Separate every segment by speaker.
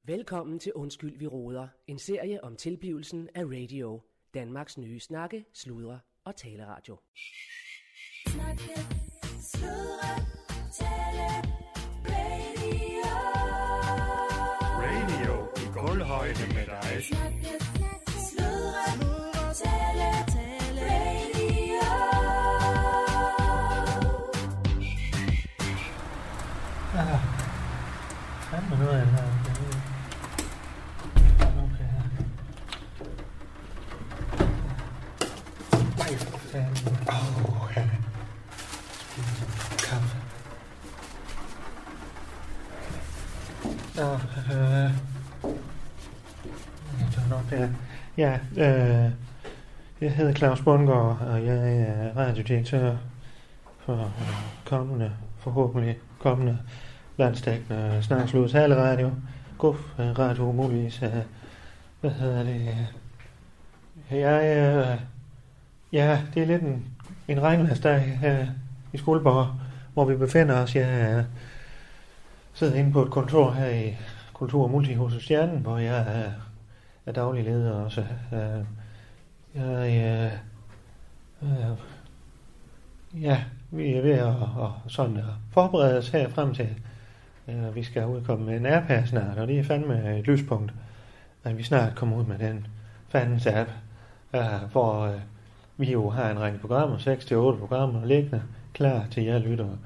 Speaker 1: Velkommen til Undskyld, vi råder. En serie om tilblivelsen af radio. Danmarks nye snakke, sludre og taleradio.
Speaker 2: Snakke, sludre, tale, radio.
Speaker 3: Radio i gulvhøjde med dig.
Speaker 2: Snakke, sludre, tale, radio.
Speaker 4: Fandme noget af det her. Okay. Nej, for fanden. Ja. Kaffe. Jeg hedder Claus Bundgaard, og jeg er radiodirektør for forhåbentlig kommende landsdækkende Snakslud Taleradio. Guf Radio muligvis. Hvad hedder det? Det er lidt en regnværsdag her i Skuldborg, hvor vi befinder os. Jeg sidder inde på et kontor her i Kultur- og Multihuset Stjernen, hvor jeg er daglig leder også. Vi er ved at forberede os her frem til, vi skal udkomme med en app her snart, og det er fandme et lyspunkt, at vi snart kommer ud med den fandens app, hvor vi jo har en række programmer, 6-8 programmer liggende, klar til jer lyttere.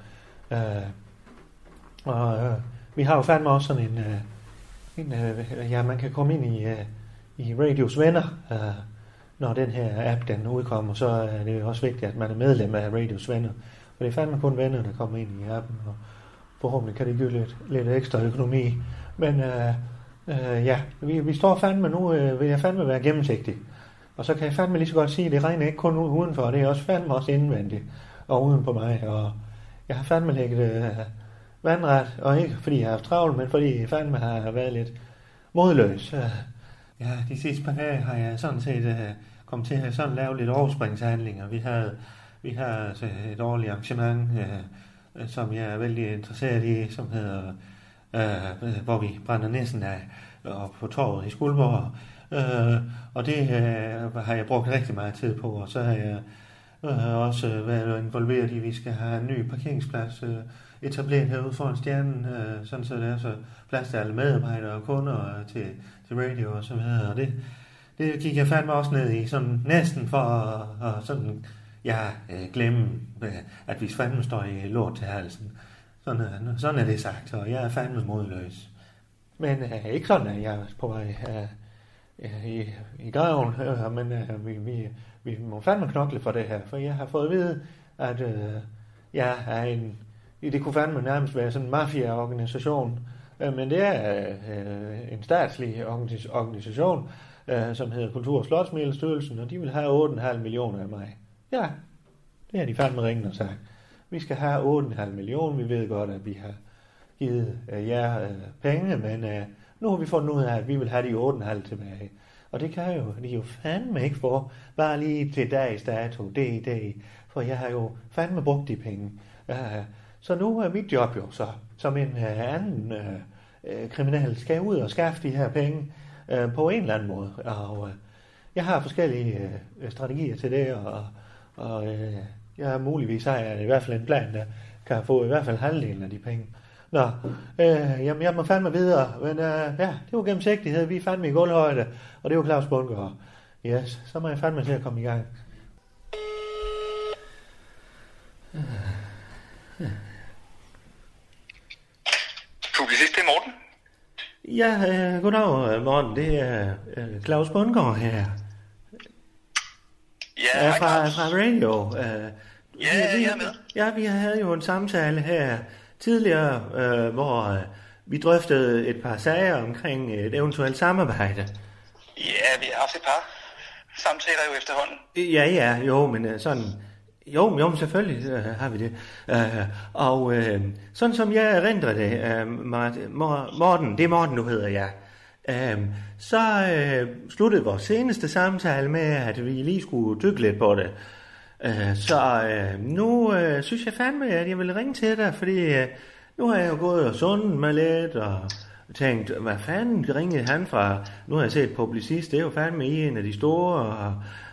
Speaker 4: Vi har jo fandme også sådan man kan komme ind i Radios venner, når den her app den udkommer, så er det også vigtigt, at man er medlem af Radios venner. For det er fandme kun venner, der kommer ind i appen, og forhåbentlig kan det give lidt ekstra økonomi. Men vi står fandme nu, vil jeg fandme være gennemsigtig. Og så kan jeg fandme lige så godt sige, at det regner ikke kun udenfor, det er også fandme også indvendigt og uden på mig. Og jeg har fandme lægget vandret, og ikke fordi jeg har haft travlt, men fordi jeg fandme har været lidt modløs. De sidste par dage har jeg sådan set kommet til at sådan lave lidt overspringshandlinger. Vi har et årligt arrangement, som jeg er vældig interesseret i, som hedder, hvor vi brænder næsten af op på torvet i Skuldborg. Og det har jeg brugt rigtig meget tid på, og så har jeg også været involveret i, at vi skal have en ny parkeringsplads etableret herude foran Stjernen, sådan så der er så plads til alle medarbejdere og kunder til radio og så videre. Og det gik jeg fandme også ned i, sådan næsten for at sådan, glemme, at vi fandme står i lort til halsen. Sådan er det sagt, og jeg er fandme modløs. Men ikke sådan, at jeg er på vej i graven, men vi må fandme knokle for det her, for jeg har fået at vide, at jeg er det kunne fandme nærmest være sådan en mafia-organisation, men det er en statslig organisation, som hedder Kultur- og Slotsmiddelstyrelsen, og de vil have 8,5 millioner af mig. Ja, det har de fandme ringet og sagt. Vi skal have 8,5 millioner, vi ved godt, at vi har givet jer penge, men nu har vi fundet ud af, at vi vil have de 8,5 tilbage. Og det kan de jo fandme ikke få, bare lige til dags dato, det, for jeg har jo fandme brugt de penge. Så nu er mit job jo så, som en anden kriminel, skal ud og skaffe de her penge på en eller anden måde. Og jeg har forskellige strategier til det, og jeg muligvis har jeg i hvert fald en plan, der kan få i hvert fald halvdelen af de penge. Jamen jeg må fandme videre, men det var gennemsigtighed, vi er fandme i gulvhøjde, og det var Claus Bundgaard. Yes, så må jeg fandme til at komme i gang.
Speaker 5: Publicist, det er Morten.
Speaker 4: Ja, goddag Morten, det er Claus Bundgaard her.
Speaker 5: Ja,
Speaker 4: fra radio.
Speaker 5: Jeg er med.
Speaker 4: Ja, vi havde jo en samtale her tidligere, hvor vi drøftede et par sager omkring et eventuelt samarbejde.
Speaker 5: Ja, vi har haft et par samtaler jo efterhånden.
Speaker 4: Jo, selvfølgelig har vi det. Og sådan som jeg erindrer det, Morten, det er Morten, nu hedder jeg. Så sluttede vores seneste samtale med, at vi lige skulle dykke lidt på det. Nu synes jeg fandme, at jeg vil ringe til dig, fordi nu har jeg jo gået og sundet mig lidt, tænkt, hvad fanden ringede han fra? Nu har jeg set Publicist, det er jo fandme i en af de store, og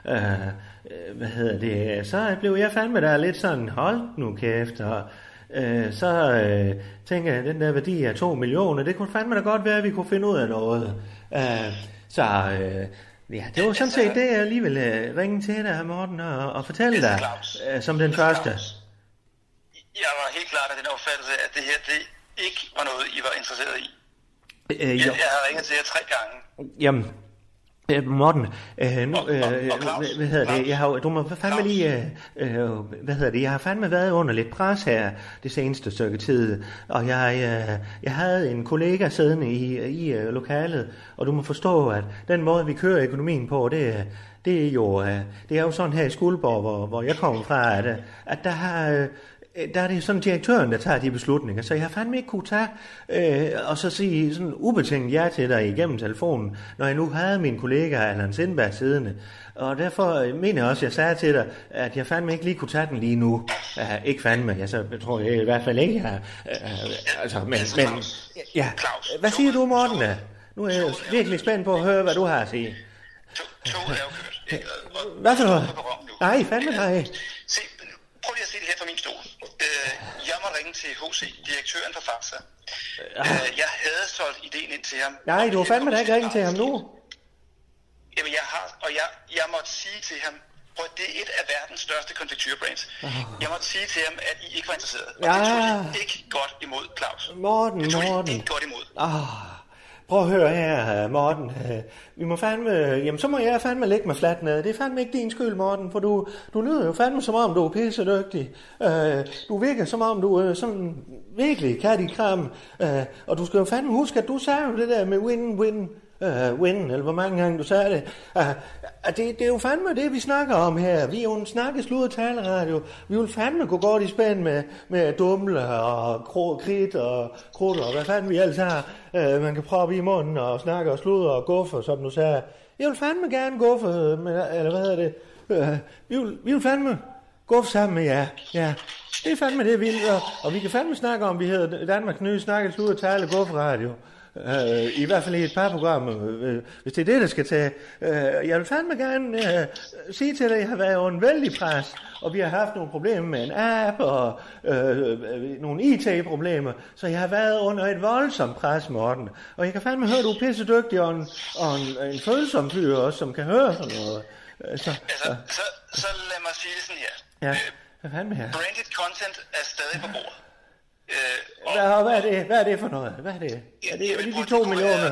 Speaker 4: så blev jeg fandme der lidt sådan, hold nu kæft, og så tænker jeg, den der værdi af 2 millioner, det kunne fandme da godt være, at vi kunne finde ud af noget. Ja, det var sådan set det, jeg lige ville ringe til dig, Morten, og fortælle dig, som den første.
Speaker 5: Jeg var helt klart af den opfattelse, at det her, det ikke var noget, I var interesseret i. Jeg har ringet til jer 3 gange.
Speaker 4: Jamen, Morten, jeg har fandme været under lidt pres her det seneste stykke tid, og jeg havde en kollega siddende i lokalet, og du må forstå, at den måde vi kører økonomien på, det er jo sådan her i Skuldborg, hvor jeg kommer fra, at der er det sådan direktøren, der tager de beslutninger, så jeg har fandme ikke kunne tage og så sige sådan ubetinget ja til dig igennem telefonen, når jeg nu havde min kollega Allan Sindberg siddende. Og derfor mener jeg også, jeg sagde til dig, at jeg fandme ikke lige kunne tage den lige nu. Ikke fandme, jeg tror jeg i hvert fald ikke. Men ja. Hvad siger du, Morten? Nu er jeg virkelig spændt på at høre, hvad du har at sige.
Speaker 5: Toget er jo kørt.
Speaker 4: Hvad for noget? Nej, fandme nej.
Speaker 5: Se, prøv lige at se det her fra min stol. Jeg må ringe til H.C., direktøren for Faxa. Jeg havde solgt ideen ind til ham.
Speaker 4: Nej, du har fandme da ikke ringet til ham nu.
Speaker 5: Jamen, jeg har, og jeg måtte sige til ham, prøv, det er et af verdens største konfekturbrands. Jeg måtte sige til ham, at I ikke var interesseret. Og det tog I ikke godt imod, Claus.
Speaker 4: Morten.
Speaker 5: Det tog I ikke godt imod.
Speaker 4: Prøv at høre her, Morten. Vi må jamen så må jeg fandme lægge mig fladt ned. Det er fandme ikke din skyld, Morten, for du lyder jo fandme som om, du er pissedygtig. Du virker som om, du er sådan virkelig kat i kram. Og du skal jo fandme huske, at du sagde jo det der med win, eller hvor mange gange du sagde det. Det er jo fandme det, vi snakker om her. Vi er jo en snakkesludret taleradio. Vi vil fandme gå godt i spænd med dumle og kridt og krudt og hvad fanden vi ellers har. Man kan proppe i munden og snakke og sludre og guffe, som du sagde. Jeg vil fandme gerne guffe, eller hvad hedder det? Vi vil fandme guffe sammen med jer. Ja, det er fandme det, vi vil. Og vi kan fandme snakke om, vi hedder Danmarks nye snakkesludret tale gufferadio. I hvert fald i et par programmer, hvis det er det, der skal tage. Jeg vil fandme gerne sige til dig, at jeg har været under en vældig pres, og vi har haft nogle problemer med en app, og nogle IT-problemer, så jeg har været under et voldsomt pres, Morten. Og jeg kan fandme høre, at du er pissedygtig, og en følsom fyr også, som kan høre sådan noget.
Speaker 5: Så lad mig sige det sådan her.
Speaker 4: Ja, hvad fandme her?
Speaker 5: Branded content er stadig på bordet.
Speaker 4: Hvad er det for noget? Hvad er det? Er det de 2 millioner?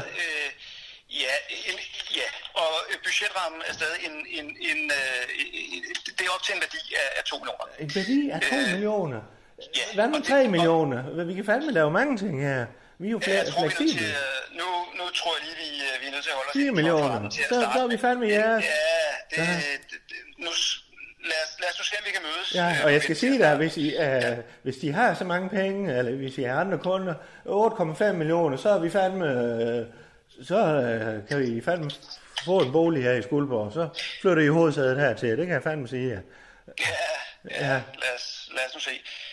Speaker 5: Ja, og budgetrammen er stadig det er op til en værdi af 2 millioner.
Speaker 4: En værdi af 2 millioner? Ja. Hvad med 3 millioner? Vi kan fandme lave mange ting her. Vi er jo fleksible.
Speaker 5: Nu tror jeg lige, vi er nødt til at holde os
Speaker 4: 4 millioner. Så er vi fandme jeres.
Speaker 5: Nu lad os nu se, om vi kan mødes.
Speaker 4: Ja, og jeg skal sige dig, hvis de har så mange penge, eller hvis I har andre kunder, 8,5 millioner, så er vi fandme, kan vi fandme få en bolig her i Skuldborg, så flytter I hovedsædet hertil, det kan jeg fandme sige.
Speaker 5: Ja. Lad os nu se.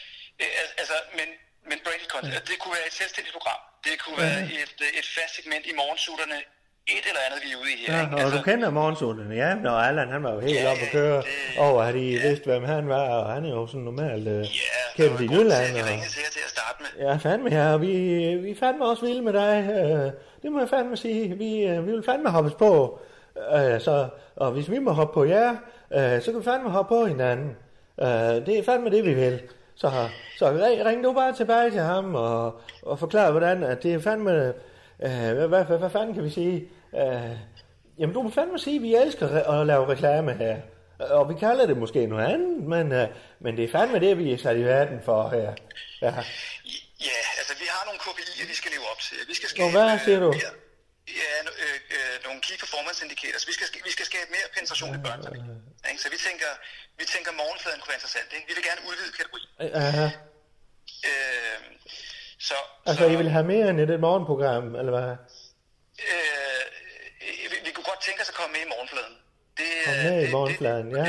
Speaker 5: Men branded content, det kunne være et selvstændigt program. Det kunne være et fast segment i morgensutterne. Et eller andet, vi er ude i her.
Speaker 4: Ja, og du kender morgensutterne, ja. Når Allan, han var jo helt oppe at køre over, at I vidste, hvem han var, og han er jo sådan normalt kendt i Jylland.
Speaker 5: Jeg ringede til jer til at starte med.
Speaker 4: Ja, fandme her, og vi fandme også vilde med dig. Det må jeg fandme sige. Vi vil fandme hoppes på. Og hvis vi må hoppe på jer, så kan vi fandme hoppe på hinanden. Det er fandme det, vi vil. Så ring du bare tilbage til ham og forklare, hvordan at det er fandme... Hvad fanden kan vi sige? Jamen, du må fandme sige, at vi elsker at lave reklame her. Og vi kalder det måske noget andet, men det er fandme det, vi er sat i verden for her.
Speaker 5: Ja, altså vi har nogle KPI'er, vi skal leve op til. Vi skal
Speaker 4: skabe, hvad siger du?
Speaker 5: Nogle key performance indicators. Vi skal skabe mere penetration i børnefamilier. Så vi tænker morgenfladen kunne være interessant. Ikke? Vi vil gerne udvide kategorien.
Speaker 4: Altså, I vil have mere end et morgenprogram, eller hvad?
Speaker 5: Vi kunne godt tænke os at komme med i morgenfladen.
Speaker 4: Med i morgenfladen, ja.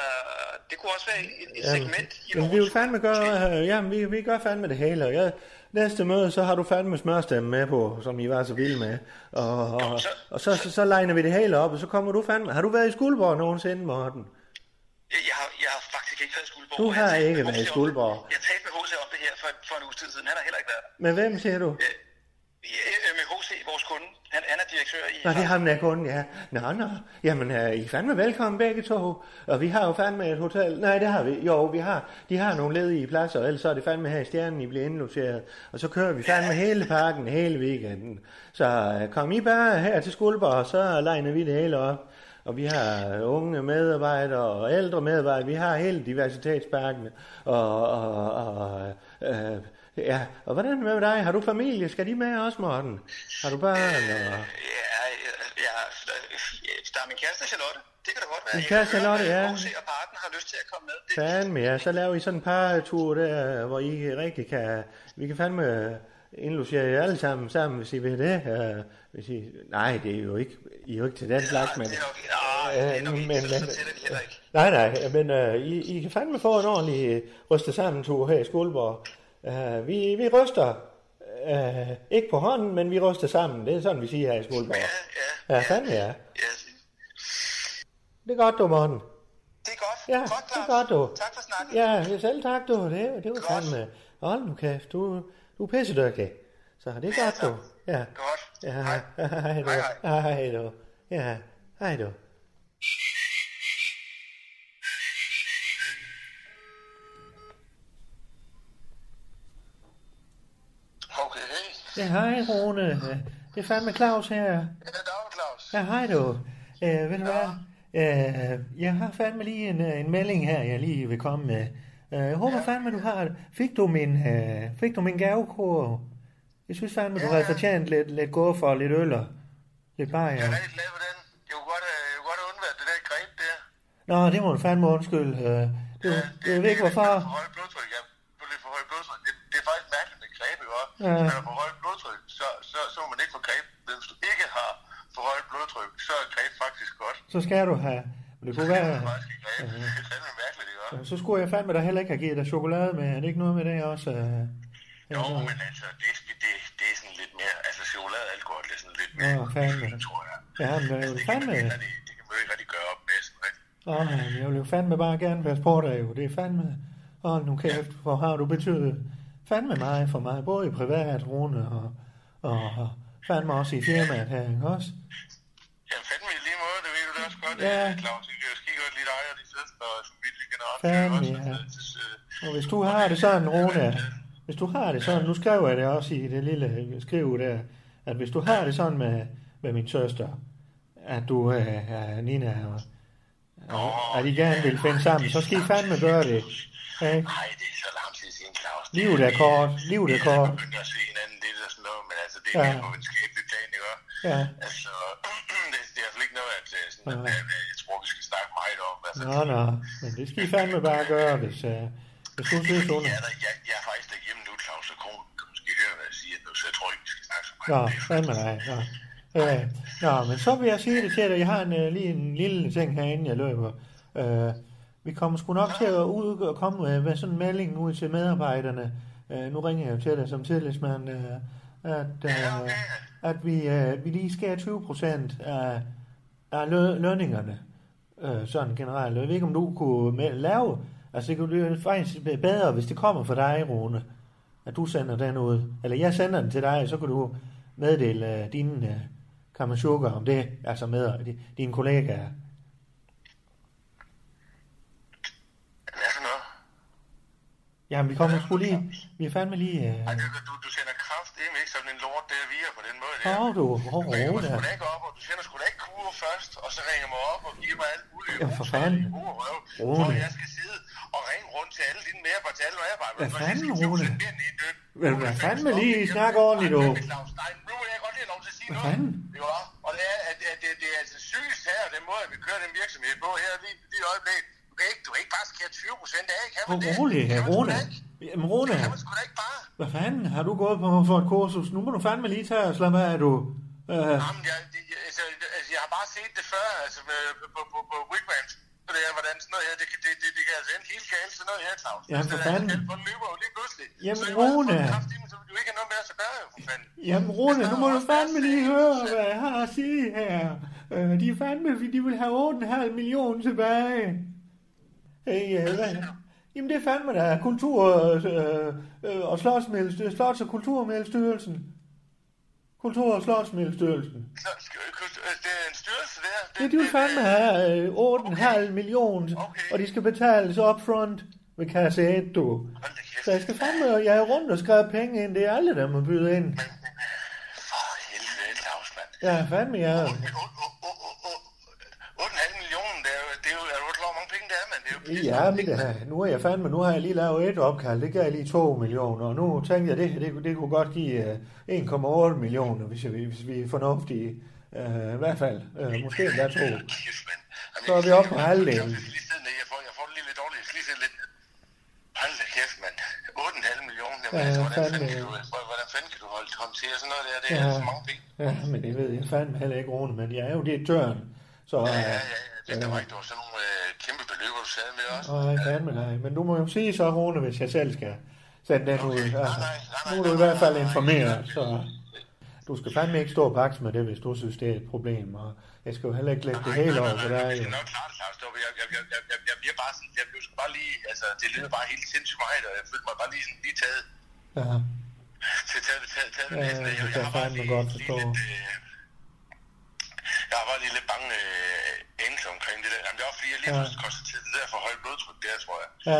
Speaker 5: Det kunne også være et segment i morgenfladen.
Speaker 4: Vi vil fandme gøre, vi gør fandme det hele, og næste møde, så har du fandme smørstemme med på, som I var så vilde med. Og så legner vi det hele op, og så kommer du fandme. Har du været i Skuldborg nogensinde, Morten?
Speaker 5: Jeg har faktisk ikke været i Skuldborg.
Speaker 4: Du har ikke været i Skuldborg.
Speaker 5: Jeg talte med H.C. om det her for en uges tid siden. Han har heller ikke været der.
Speaker 4: Men hvem siger du?
Speaker 5: Med H.C., vores kunde. Han er direktør i...
Speaker 4: Nå, det er ham der kunden, ja. Nå. Jamen, I er fandme velkommen begge to. Og vi har jo fandme et hotel. Nej, det har vi. Jo, vi har. De har nogle ledige pladser, og ellers så er det fandme her i Stjernen, I bliver indlogeret. Og så kører vi fandme hele parken, hele weekenden. Så kom I bare her til Skuldborg, og så legner vi det hele op. Og vi har unge medarbejdere og ældre medarbejdere. Vi har hele diversitetsparken. Ja, og hvordan med dig? Har du familie? Skal de med også, Morten? Har du børn?
Speaker 5: Der er min kæreste Charlotte. Det kan da godt være.
Speaker 4: Min kæreste Charlotte, ja.
Speaker 5: H.C. og parten har lyst til at komme med.
Speaker 4: Fandme, ja. Så laver I sådan en par-tur der, hvor I rigtig kan... Vi kan fandme indlogere jer alle sammen, hvis I vil det. Hvis I... Nej, det er jo ikke... I er jo ikke til den slags, men...
Speaker 5: Det er nok ikke, så tæller de heller ikke.
Speaker 4: Nej, men I kan fandme få en ordentlig ryste sammen tur her i Skuldborg. Vi ryster ikke på hånden, men vi ryster sammen. Det er sådan, vi siger her i Skuldborg. Ja, fandme ja. Det er godt, du, Morten.
Speaker 5: Det er godt.
Speaker 4: Ja,
Speaker 5: godt,
Speaker 4: det er godt, du.
Speaker 5: Tak for snakken.
Speaker 4: Ja, selv tak, du. Det var fandme... Hold nu kæft, du er pissedygtig. Så det er godt, du. Ja.
Speaker 5: Godt.
Speaker 4: Ja,
Speaker 5: hej.
Speaker 4: Hej, du. Hej, du. Ja, hej, du. Ja, hej Rune. Det er fandme Claus her.
Speaker 5: Ja, dag Claus.
Speaker 4: Ja, hej du. Ved du hvad? Jeg har fandme lige en melding her, jeg lige vil komme med. Jeg håber fandme, du har det. Fik du min gavekurv? Jeg synes fandme, du havde fortjent lidt guffer og lidt øl og lidt bajer.
Speaker 5: Jeg er rigtig glad for den. Jeg kunne godt have undværet det der greb der.
Speaker 4: Nå, det må du fandme undskylde. Jeg ved ikke hvorfor.
Speaker 5: For højt blodtryk, ja. Du er lidt for højt blodtryk. Det er faktisk mærkeligt med greb, ikke også?
Speaker 4: Ja.
Speaker 5: Hvis man har for højt blodtryk, så må man ikke få greb. Men hvis du ikke har for højt blodtryk, så er greb faktisk godt.
Speaker 4: Så skal du have. Men det kunne være...
Speaker 5: Det er faktisk ikke greb. Det er fandme mærkeligt, ikke også?
Speaker 4: Så skulle jeg fandme da heller ikke have givet dig chokolade med. Er det ikke noget med det også?
Speaker 5: Jo, men altså, det er sådan lidt mere... Altså, chokolade og alkohol er sådan lidt mere...
Speaker 4: fandme.
Speaker 5: Tror jeg.
Speaker 4: Ja, men det er jo fandme...
Speaker 5: Det kan man jo ikke rigtig gøre op med sådan rigtigt.
Speaker 4: Jeg vil jo fandme bare gerne passe på dig jo. Det er fandme... nu kæft, hvor har du betydet fandme meget for mig. Både i privat, Rune, og fandme også i firmaet her, ikke også?
Speaker 5: Ja, fandme i lige måde, det ved du da også godt.
Speaker 4: Ja.
Speaker 5: Claus, jeg kan jo skide godt lide dig og de søstre og familiegenerelt.
Speaker 4: Fandme, ja. Og hvis du har det sådan, Rune... Hvis du har det sådan, nu skriver jeg det også i det lille skriv der, at hvis du har det sådan med min søster, at du, Nina, at I gerne vil finde sammen, så skal I fandme gøre det.
Speaker 5: Nej, det er så larmtidigt siden, Claus.
Speaker 4: Livet er kort.
Speaker 5: Vi er begyndt at se hinanden lidt og sådan noget, men altså, det er mere på en skæbne plan, ikke også?
Speaker 4: Ja.
Speaker 5: Altså, det er i hvert fald ikke noget, at jeg tror, vi skal snakke meget om. Altså,
Speaker 4: Nå, men det skal I fandme bare gøre, hvis du synes under.
Speaker 5: Jeg er faktisk derhjemme nu, Claus, og Kron kan måske høre, hvad jeg siger nu, så jeg tror ikke, vi skal snakke så meget.
Speaker 4: Nå, fandme nej. Nå, men så vil jeg sige det til dig. Jeg har lige en lille ting herinde, jeg løber. Vi kommer sgu nok til at komme med sådan en melding ud til medarbejderne. Nu ringer jeg jo til dig som tillidsmand, at vi lige skærer 20% af lønningerne, sådan generelt. Jeg ved ikke, om du kunne lave... Altså, det kunne blive faktisk bedre, hvis det kommer fra dig, Rune, at du sender den ud. Eller jeg sender den til dig, og så kan du meddele dine kammersukker om det, altså med dine kollegaer.
Speaker 5: Hvad for noget?
Speaker 4: Jamen, vi kommer sgu lige... Vi er fandme lige...
Speaker 5: Du sender kraftedeme ikke sådan en lort der via på den måde der.
Speaker 4: Du
Speaker 5: sender ikke op, og du sender sgu da ikke kur først, og så ringer mig op og giver mig alt muligt.
Speaker 4: Ja, for fanden.
Speaker 5: Hvor jeg skal sidde og ringe rundt til alle dine medarbejdere, til alle medarbejdere.
Speaker 4: Hvad fanden, Rune? Hvad fanden med lige snakke ordentligt, du?
Speaker 5: Nej, nu vil jeg godt lige lov til at sige noget.
Speaker 4: Hvad fanden?
Speaker 5: Og det er, at det er altså sygest her, den måde, at vi kører den virksomhed på her lige i øjeblikket. Du kan ikke bare skære 20% af, kan man det?
Speaker 4: Rolig, Rune. Jamen, Rune.
Speaker 5: Det kan man sgu da ikke bare.
Speaker 4: Hvad fanden? Har du gået på for et kursus? Nu må du fandme lige tage og slappe af, du.
Speaker 5: Jamen, jeg har bare set det før, altså på Wigwams. Det er, hvordan sådan noget her, det kan altså ende helt galt, sådan noget her, Claus.
Speaker 4: Jamen, for fanden.
Speaker 5: For den løber jo lige pludselig.
Speaker 4: Jamen, Rune.
Speaker 6: du ikke har noget med os at gøre, jo, for fanden.
Speaker 4: Jamen Rune, nu må du fandme lige høre, hvad jeg har at sige her. De er fandme, de vil have 8,5 millioner tilbage. Hey, hvad? Jamen det er fandme der og Slots- og Kulturmiddelstyrelsen. Kultur- og Slotsmiddelstyrelsen.
Speaker 6: Det er en styrelse der?
Speaker 4: Ja, de vil fandme have 8,5 millioner, og de skal betales upfront ved kasse 1, du. Så jeg skal fandme, jeg er rundt og skrive penge ind, det er alle, der må byde ind.
Speaker 6: For helvede, Claus, mand.
Speaker 4: Ja, fandme, ja.
Speaker 6: 8,5 millioner, det er jo klar, hvor mange penge det er, mand. Det er jo pisse.
Speaker 4: Ja, men nu har jeg lige lavet et opkald, det gav lige 2 millioner, og nu tænkte jeg, det kunne godt give 1,8 millioner, hvis vi er fornuftige. I hvert fald, måske endda 2. Så er vi oppe på halvdelen.
Speaker 6: Jeg får det lige lidt dårligt, jeg skal lige se lidt. Hold da kæft, mand. 8,5 millioner, hvordan fanden kan du håndtere sådan noget der? Det er for mange penge.
Speaker 4: Ja, men det ved jeg fandme heller ikke, Rune, men jeg er jo direktøren. Så,
Speaker 6: det var ikke sådan nogle kæmpe beløb, du sagde med også.
Speaker 4: Nej, fandme nej. Men du må jo sige så, Rune, hvis jeg selv skal sende den ud. Altså, nu er du i hvert fald informeret, så du skal fandme ikke stå og bakse med det, hvis du synes, det er et problem. Og jeg skal jo heller ikke lægge det hele over på dig.
Speaker 6: Jeg skal nok klare det, Claus. Jeg bliver bare sådan, jeg blev sgu bare lige, altså det lyder bare helt sindssygt meget, og jeg følte mig bare lige sådan lige taget.
Speaker 4: Ja.
Speaker 6: Taget
Speaker 4: det kan jeg fandme godt forstå.
Speaker 6: Jeg har bare lige lidt bange anelse omkring det der. Jamen, det er også fordi, jeg lige pludselig konstaterede det der for højt blodtryk der, tror jeg.
Speaker 4: Ja.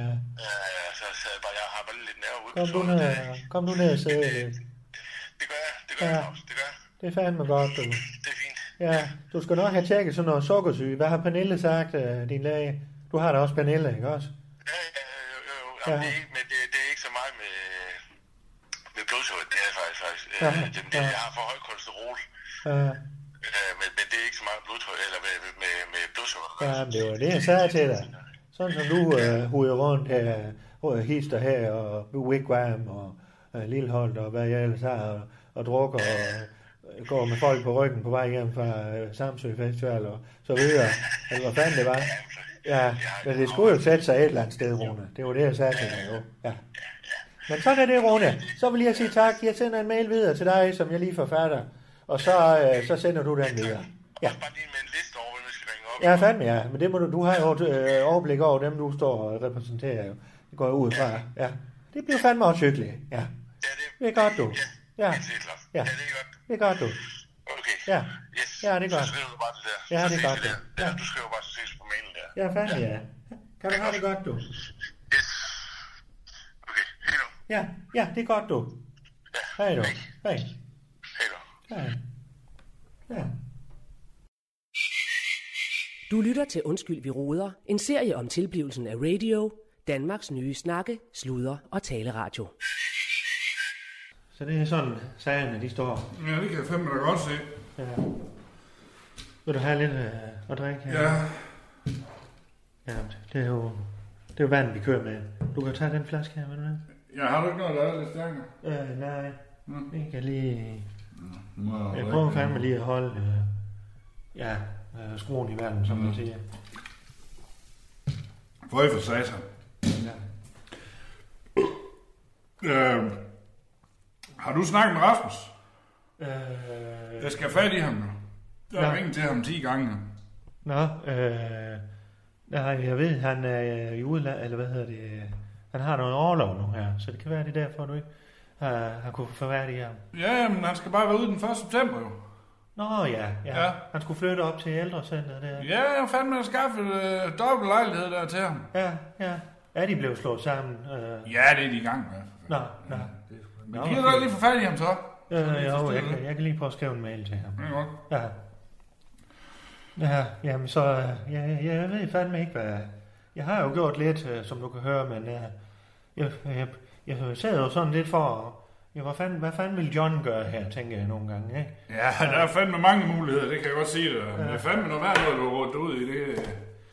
Speaker 6: Jeg har bare lidt nerve ude.
Speaker 4: Kom du ned og sidde lidt.
Speaker 6: Det gør jeg, Claus. Det gør jeg.
Speaker 4: Det er fandme godt, du.
Speaker 6: Det er fint.
Speaker 4: Ja, du skal nok have tjekket sådan noget sukkersyge. Hvad har Pernille sagt, din læge? Du har da også Pernille, ikke også?
Speaker 6: Jo. Jamen, det er ikke så meget med blodsukker. Det er faktisk. Jeg har for høj kolesterol. Men det er ikke så meget blodtryk, eller med blodsukker.
Speaker 4: Ja, men det var det, jeg sagde til dig. Sådan som du hujer rundt her, hister her, og Wigwam, og Lilleholdt, og hvad jeg ellers har, og drukker, og går med folk på ryggen på vej hjem fra Samsø Festival, og så videre. Altså, hvad fanden det var? Ja, men det skulle jo sætte sig et eller andet sted, Rune. Det var det, jeg sagde til dig, jo. Ja. Men sådan er det, Rune. Så vil jeg sige tak. Jeg sender en mail videre til dig, som jeg lige forfatter. Og så sender du den videre. Ja.
Speaker 6: Bare lige med en liste over, hvem vi skal ringe op.
Speaker 4: Ja, fandme ja. Men det må du har jo et overblik over dem, du står og repræsenterer jo. Det går ud fra. Ja. Det bliver fandme også hyggeligt. Ja. Det er godt, du. Ja. Ja. Det er godt, du.
Speaker 6: Okay.
Speaker 4: Ja.
Speaker 6: Yes.
Speaker 4: Ja, det er godt.
Speaker 6: Så skriver du bare det der.
Speaker 4: Ja, det er godt, du.
Speaker 6: Ja, du skriver bare, så ses på mailen der.
Speaker 4: Ja, fandme ja. Kan du have det godt, du?
Speaker 6: Yes. Okay, hej du.
Speaker 4: Ja, det er godt, du.
Speaker 6: Ja.
Speaker 4: Hej du. Hej.
Speaker 6: Hej du.
Speaker 4: Hej. Ja.
Speaker 1: Du lytter til Undskyld, vi roder, en serie om tilblivelsen af radio, Danmarks nye snakke, sludre og taleradio.
Speaker 4: Så det er sådan, sagerne de står.
Speaker 7: Ja, det kan jeg fandme da godt se.
Speaker 4: Ja. Vil du have lidt at drikke her?
Speaker 7: Ja.
Speaker 4: Ja, det er jo vand, vi kører med. Du kan tage den flaske her, vil du det?
Speaker 7: Ja, har du ikke noget, der er lidt stærkere?
Speaker 4: Nej. Det kan lige...
Speaker 7: Nå,
Speaker 4: jeg prøver fandme lige at holde skruen i vandet, som man siger.
Speaker 7: Føj for satan. Ja. Har du snakket med Rasmus? Jeg skal have fat i ham nu. Jeg har ringet til ham 10 gange.
Speaker 4: Nå, nej, jeg ved, han er i udlandet, eller hvad hedder det, han har noget overlov nu her, så det kan være, det er derfor, du ikke har kunne få fat i ham.
Speaker 7: Ja, men han skal bare være ude den 1. september jo.
Speaker 4: Nå ja. Han skulle flytte op til ældrecenteret der.
Speaker 7: Ja, jeg fandme har skaffet dobbelt lejlighed der til ham.
Speaker 4: Ja. Er de blevet slået sammen?
Speaker 7: Ja, det er de i gang med.
Speaker 4: Nå.
Speaker 7: Men giver du lige få fat i ham så?
Speaker 4: Jeg kan lige prøve at skrive en mail til ham.
Speaker 7: Det er godt.
Speaker 4: Ja, jamen så, jeg ved fandme ikke, hvad... Jeg har jo gjort lidt, som du kan høre, men jeg sad jo sådan lidt for... hvad fanden vil John gøre her, tænker jeg nogle gange, ikke?
Speaker 7: Ja, der er fandme mange muligheder, det kan jeg godt sige dig. Men det er fandme noget værd, noget du har rådt ud i det.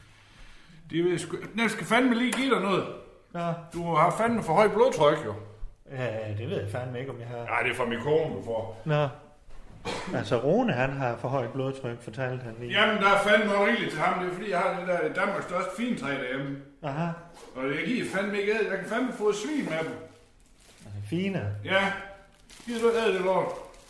Speaker 7: Jeg skal fandme lige give dig noget.
Speaker 4: Ja.
Speaker 7: Du har fandme for højt blodtryk, jo.
Speaker 4: Ja, det ved jeg fandme ikke, om jeg har...
Speaker 7: Nej, det er fra min kone, du får.
Speaker 4: Nå. Altså, Rune, han har for højt blodtryk, fortalte han lige.
Speaker 7: Jamen, der er fandme noget rigeligt til ham. Det er fordi, jeg har det der Danmarks største fintræ derhjemme.
Speaker 4: Aha.
Speaker 7: Og jeg giver fandme ikke ad. Jeg kan fandme få et svin med dem.
Speaker 4: Altså, fine.
Speaker 7: Ja. Gider du æde det lort?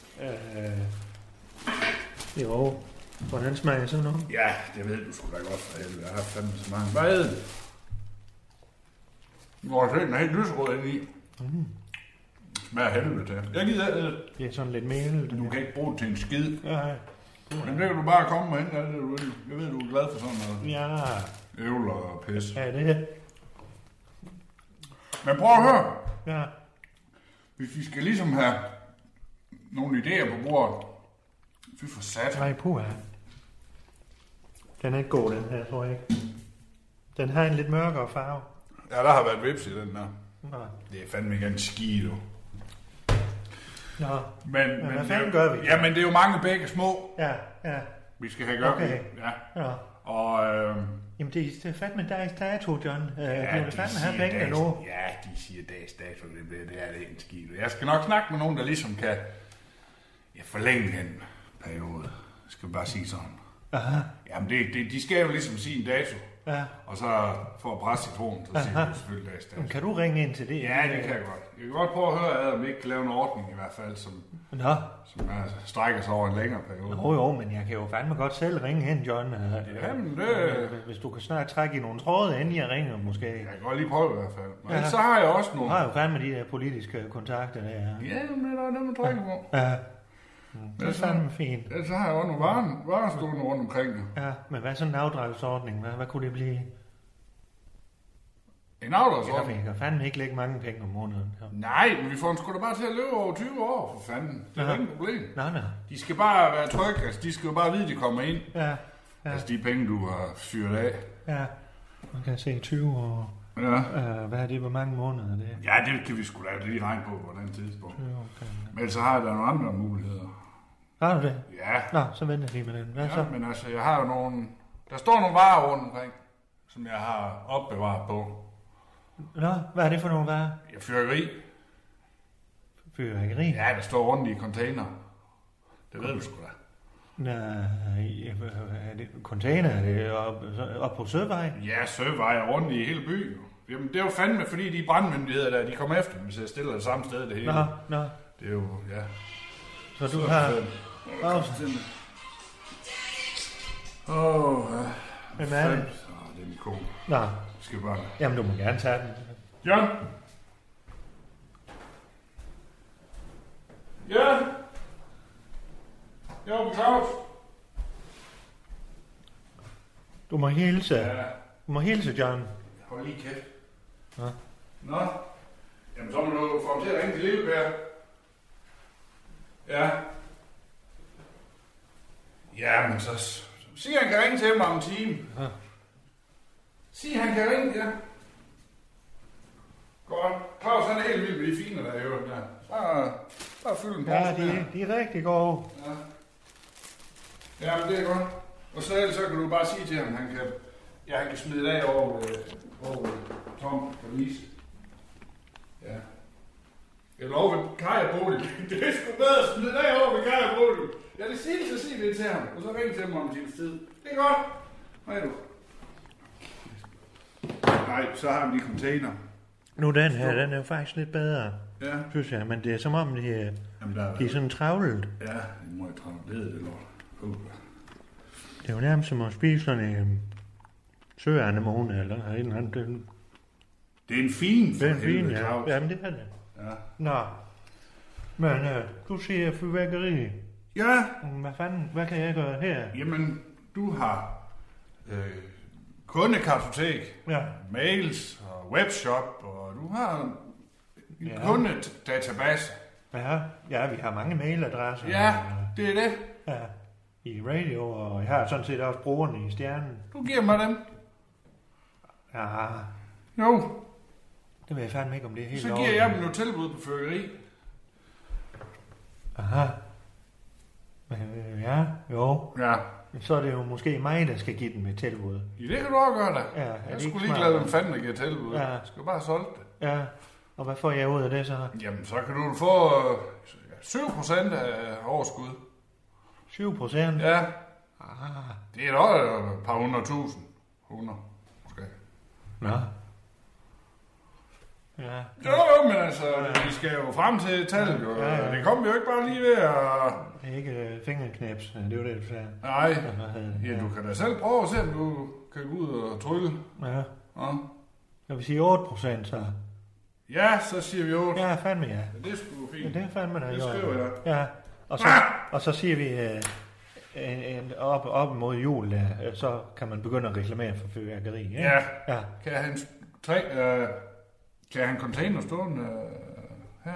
Speaker 4: Jo. Hvordan smager sådan noget?
Speaker 7: Ja, det ved du sgu da godt for helvede. Jeg har fandme så mange. Hvad er det? Hvor den er helt lysrød ind i. Smager helvede til. Jeg gider æde det.
Speaker 4: Det er sådan lidt mel.
Speaker 7: Du kan ikke bruge det til en skid.
Speaker 4: Ja.
Speaker 7: Men det kan du bare komme med ind. Jeg ved, du er glad for sådan noget.
Speaker 4: Ja.
Speaker 7: Ævler og pis.
Speaker 4: Ja, det.
Speaker 7: Men prøv at høre.
Speaker 4: Ja.
Speaker 7: Hvis vi skal ligesom have nogle idéer på bordet. Fy for sat.
Speaker 4: Nej, puha. Den er ikke god, den her, tror jeg ikke. Den har en lidt mørkere farve.
Speaker 7: Ja, der har været vips i den der.
Speaker 4: Nå.
Speaker 7: Det er fandme ikke en ski, du.
Speaker 4: Nå.
Speaker 7: Men
Speaker 4: hvad fanden gør vi?
Speaker 7: Ja, men det er jo mange begge små.
Speaker 4: Ja.
Speaker 7: Vi skal have gjort.
Speaker 4: Okay.
Speaker 7: Ja.
Speaker 4: Ja.
Speaker 7: Og
Speaker 4: Jamen, det er fandme dags dato, John.
Speaker 7: ja,
Speaker 4: Du vil fandme have pengene nu.
Speaker 7: Ja, de siger dags dato, det er det ikke en ski. Jeg skal nok snakke med nogen, der ligesom kan forlænge den periode. Skal vi bare sige sådan.
Speaker 4: Aha.
Speaker 7: Jamen, de skal jo ligesom sige en dato.
Speaker 4: Ja.
Speaker 7: Og så for at presse citronen, så siger de selvfølgelig dags dato.
Speaker 4: Kan du ringe ind til det?
Speaker 7: Ja, det kan jeg godt. Jeg kan godt prøve at høre, om vi ikke kan lave en ordning i hvert fald, som strækker sig over en længere periode.
Speaker 4: Jo, men jeg kan jo fandme godt selv ringe hen, John.
Speaker 7: Jamen, det...
Speaker 4: Hvis du kan snart trække i nogle tråde, inden jeg ringer, måske.
Speaker 7: Jeg kan godt lige prøve i hvert fald. Men så har jeg også nogle...
Speaker 4: Du har jo fandme de der politiske kontakter der.
Speaker 7: Ja, men der er dem at trække på.
Speaker 4: Ja. Det er fandme fint.
Speaker 7: Ja, så har jeg også nogle varer stående rundt omkring.
Speaker 4: Ja, men hvad er sådan en afdragsordning? Hvad kunne det blive?
Speaker 7: En afdragsordning?
Speaker 4: Jeg kan fandme ikke lægge mange penge om måneden. Ja.
Speaker 7: Nej, men vi får den sgu da bare til at løbe over 20 år, for fanden. Det er ikke et problem.
Speaker 4: Nej.
Speaker 7: De skal bare være trygge, altså de skal jo bare vide, at de kommer ind.
Speaker 4: Ja.
Speaker 7: Altså de penge, du har fyret af.
Speaker 4: Ja, man kan se 20 år.
Speaker 7: Ja.
Speaker 4: Hvad er det, hvor mange måneder det er?
Speaker 7: Ja, det kan vi sgu da lige regne på den tidspunkt.
Speaker 4: Okay.
Speaker 7: Men så har jeg da nogle andre muligheder.
Speaker 4: Har du det?
Speaker 7: Ja.
Speaker 4: Nå, så venter jeg lige med den. Hvad så?
Speaker 7: Men altså, jeg har jo nogle... Der står nogle varer rundt omkring, som jeg har opbevaret på.
Speaker 4: Nå, hvad er det for nogle varer?
Speaker 7: Ja, fyrværkeri.
Speaker 4: Fyrværkeri?
Speaker 7: Ja, der står rundt i container. Det ved du sgu da.
Speaker 4: Nej, er det container? Er det op på Søvej?
Speaker 7: Ja, Søvej er rundt i hele byen. Jamen, det er jo fandme, fordi de brandmyndigheder der, de kommer efter dem, hvis jeg stiller det samme sted det hele.
Speaker 4: Nå.
Speaker 7: Det er jo, ja.
Speaker 4: Så du har... Hvem er det?
Speaker 7: Det er min kone.
Speaker 4: Nå.
Speaker 7: Skal bare...
Speaker 4: Jamen, du må gerne tage den.
Speaker 7: John? Ja? Jo, Claus?
Speaker 4: Du må hilse.
Speaker 7: Ja.
Speaker 4: Du må hilse, John.
Speaker 7: Hold lige kæft.
Speaker 4: Nå.
Speaker 7: Nå. Jamen, så må du få ham til at ringe til Lillebær. Ja. Ja, men så... Sig, han kan ringe til ham om en time.
Speaker 4: Ja.
Speaker 7: Sig, han kan ringe, ja. Godt. Claus, han er helt vild med de fine, der er i øvrigt der. Bare fyld en pose.
Speaker 4: Ja, de er rigtig gode.
Speaker 7: Ja. Ja, men det er godt. Og så ellers så kan du bare sige til ham, han kan smide det af over Tom og Lise. Ja. Eller over ved Kaj og Bodil. Det er sgu bedre at smide det af over ved Kaj og Bodil. Jeg vil sige det, så sig det til ham. Og så ring til ham om sin tid. Det er godt. Hej du. Nej, så har vi de container.
Speaker 4: Nu den her, den er jo faktisk lidt bedre.
Speaker 7: Ja.
Speaker 4: Synes jeg, men det er som om, de er sådan travlet.
Speaker 7: Ja, det må jeg travlt. Det lort.
Speaker 4: Det er jo nærmest som at spise sådan en søanemone eller en eller anden.
Speaker 7: Det er en fin for
Speaker 4: det er en fin,
Speaker 7: helvede,
Speaker 4: ja.
Speaker 7: Claus.
Speaker 4: Jamen, det er det.
Speaker 7: Ja.
Speaker 4: Nå. Men du siger fyrværkeri.
Speaker 7: Ja.
Speaker 4: Hvad kan jeg gøre her?
Speaker 7: Jamen, du har kundekartotek, mails og webshop, og du har en kundedatabase.
Speaker 4: Ja, vi har mange mailadresser.
Speaker 7: Ja, det er det.
Speaker 4: Ja, i radio, og jeg har sådan set også brugerne i Stjernen.
Speaker 7: Du giver mig dem.
Speaker 4: Ja.
Speaker 7: Jo.
Speaker 4: Det ved jeg fandme ikke, om det er helt
Speaker 7: så giver jeg dem noget tilbud på fyrværkeri.
Speaker 4: Aha. Ja, jo.
Speaker 7: Ja.
Speaker 4: Så er det jo måske mig, der skal give den med tilbud.
Speaker 7: Ja, det kan du også gøre da.
Speaker 4: Ja,
Speaker 7: jeg skulle lige glade, hvem fanden der giver tilbud. Ja. Jeg skal bare solge det.
Speaker 4: Ja, og hvad får jeg ud af det så?
Speaker 7: Jamen, så kan du få 7% af overskud.
Speaker 4: 7%?
Speaker 7: Ja. Det er da et par 100.000. 100, måske.
Speaker 4: Nå. Ja.
Speaker 7: Jo, men altså, vi skal jo frem til tallet, jo. Det kommer vi jo ikke bare lige ved at...
Speaker 4: Det er ikke fingerknæps, det er jo det, du sagde.
Speaker 7: Nej, ja, du kan da selv prøve at se, om du kan gå ud og trylle.
Speaker 4: Ja.
Speaker 7: Ja.
Speaker 4: Jeg vil sige 8%, så...
Speaker 7: Ja, så siger vi 8.
Speaker 4: Ja, fandme ja.
Speaker 7: Ja, det er sgu fint.
Speaker 4: Ja, det er fandme der.
Speaker 7: Det skriver jeg.
Speaker 4: Ja, og så siger vi... op mod jul, så kan man begynde at reklamere for fyrværkeri.
Speaker 7: Ja.
Speaker 4: Ja.
Speaker 7: Kan han container stående her?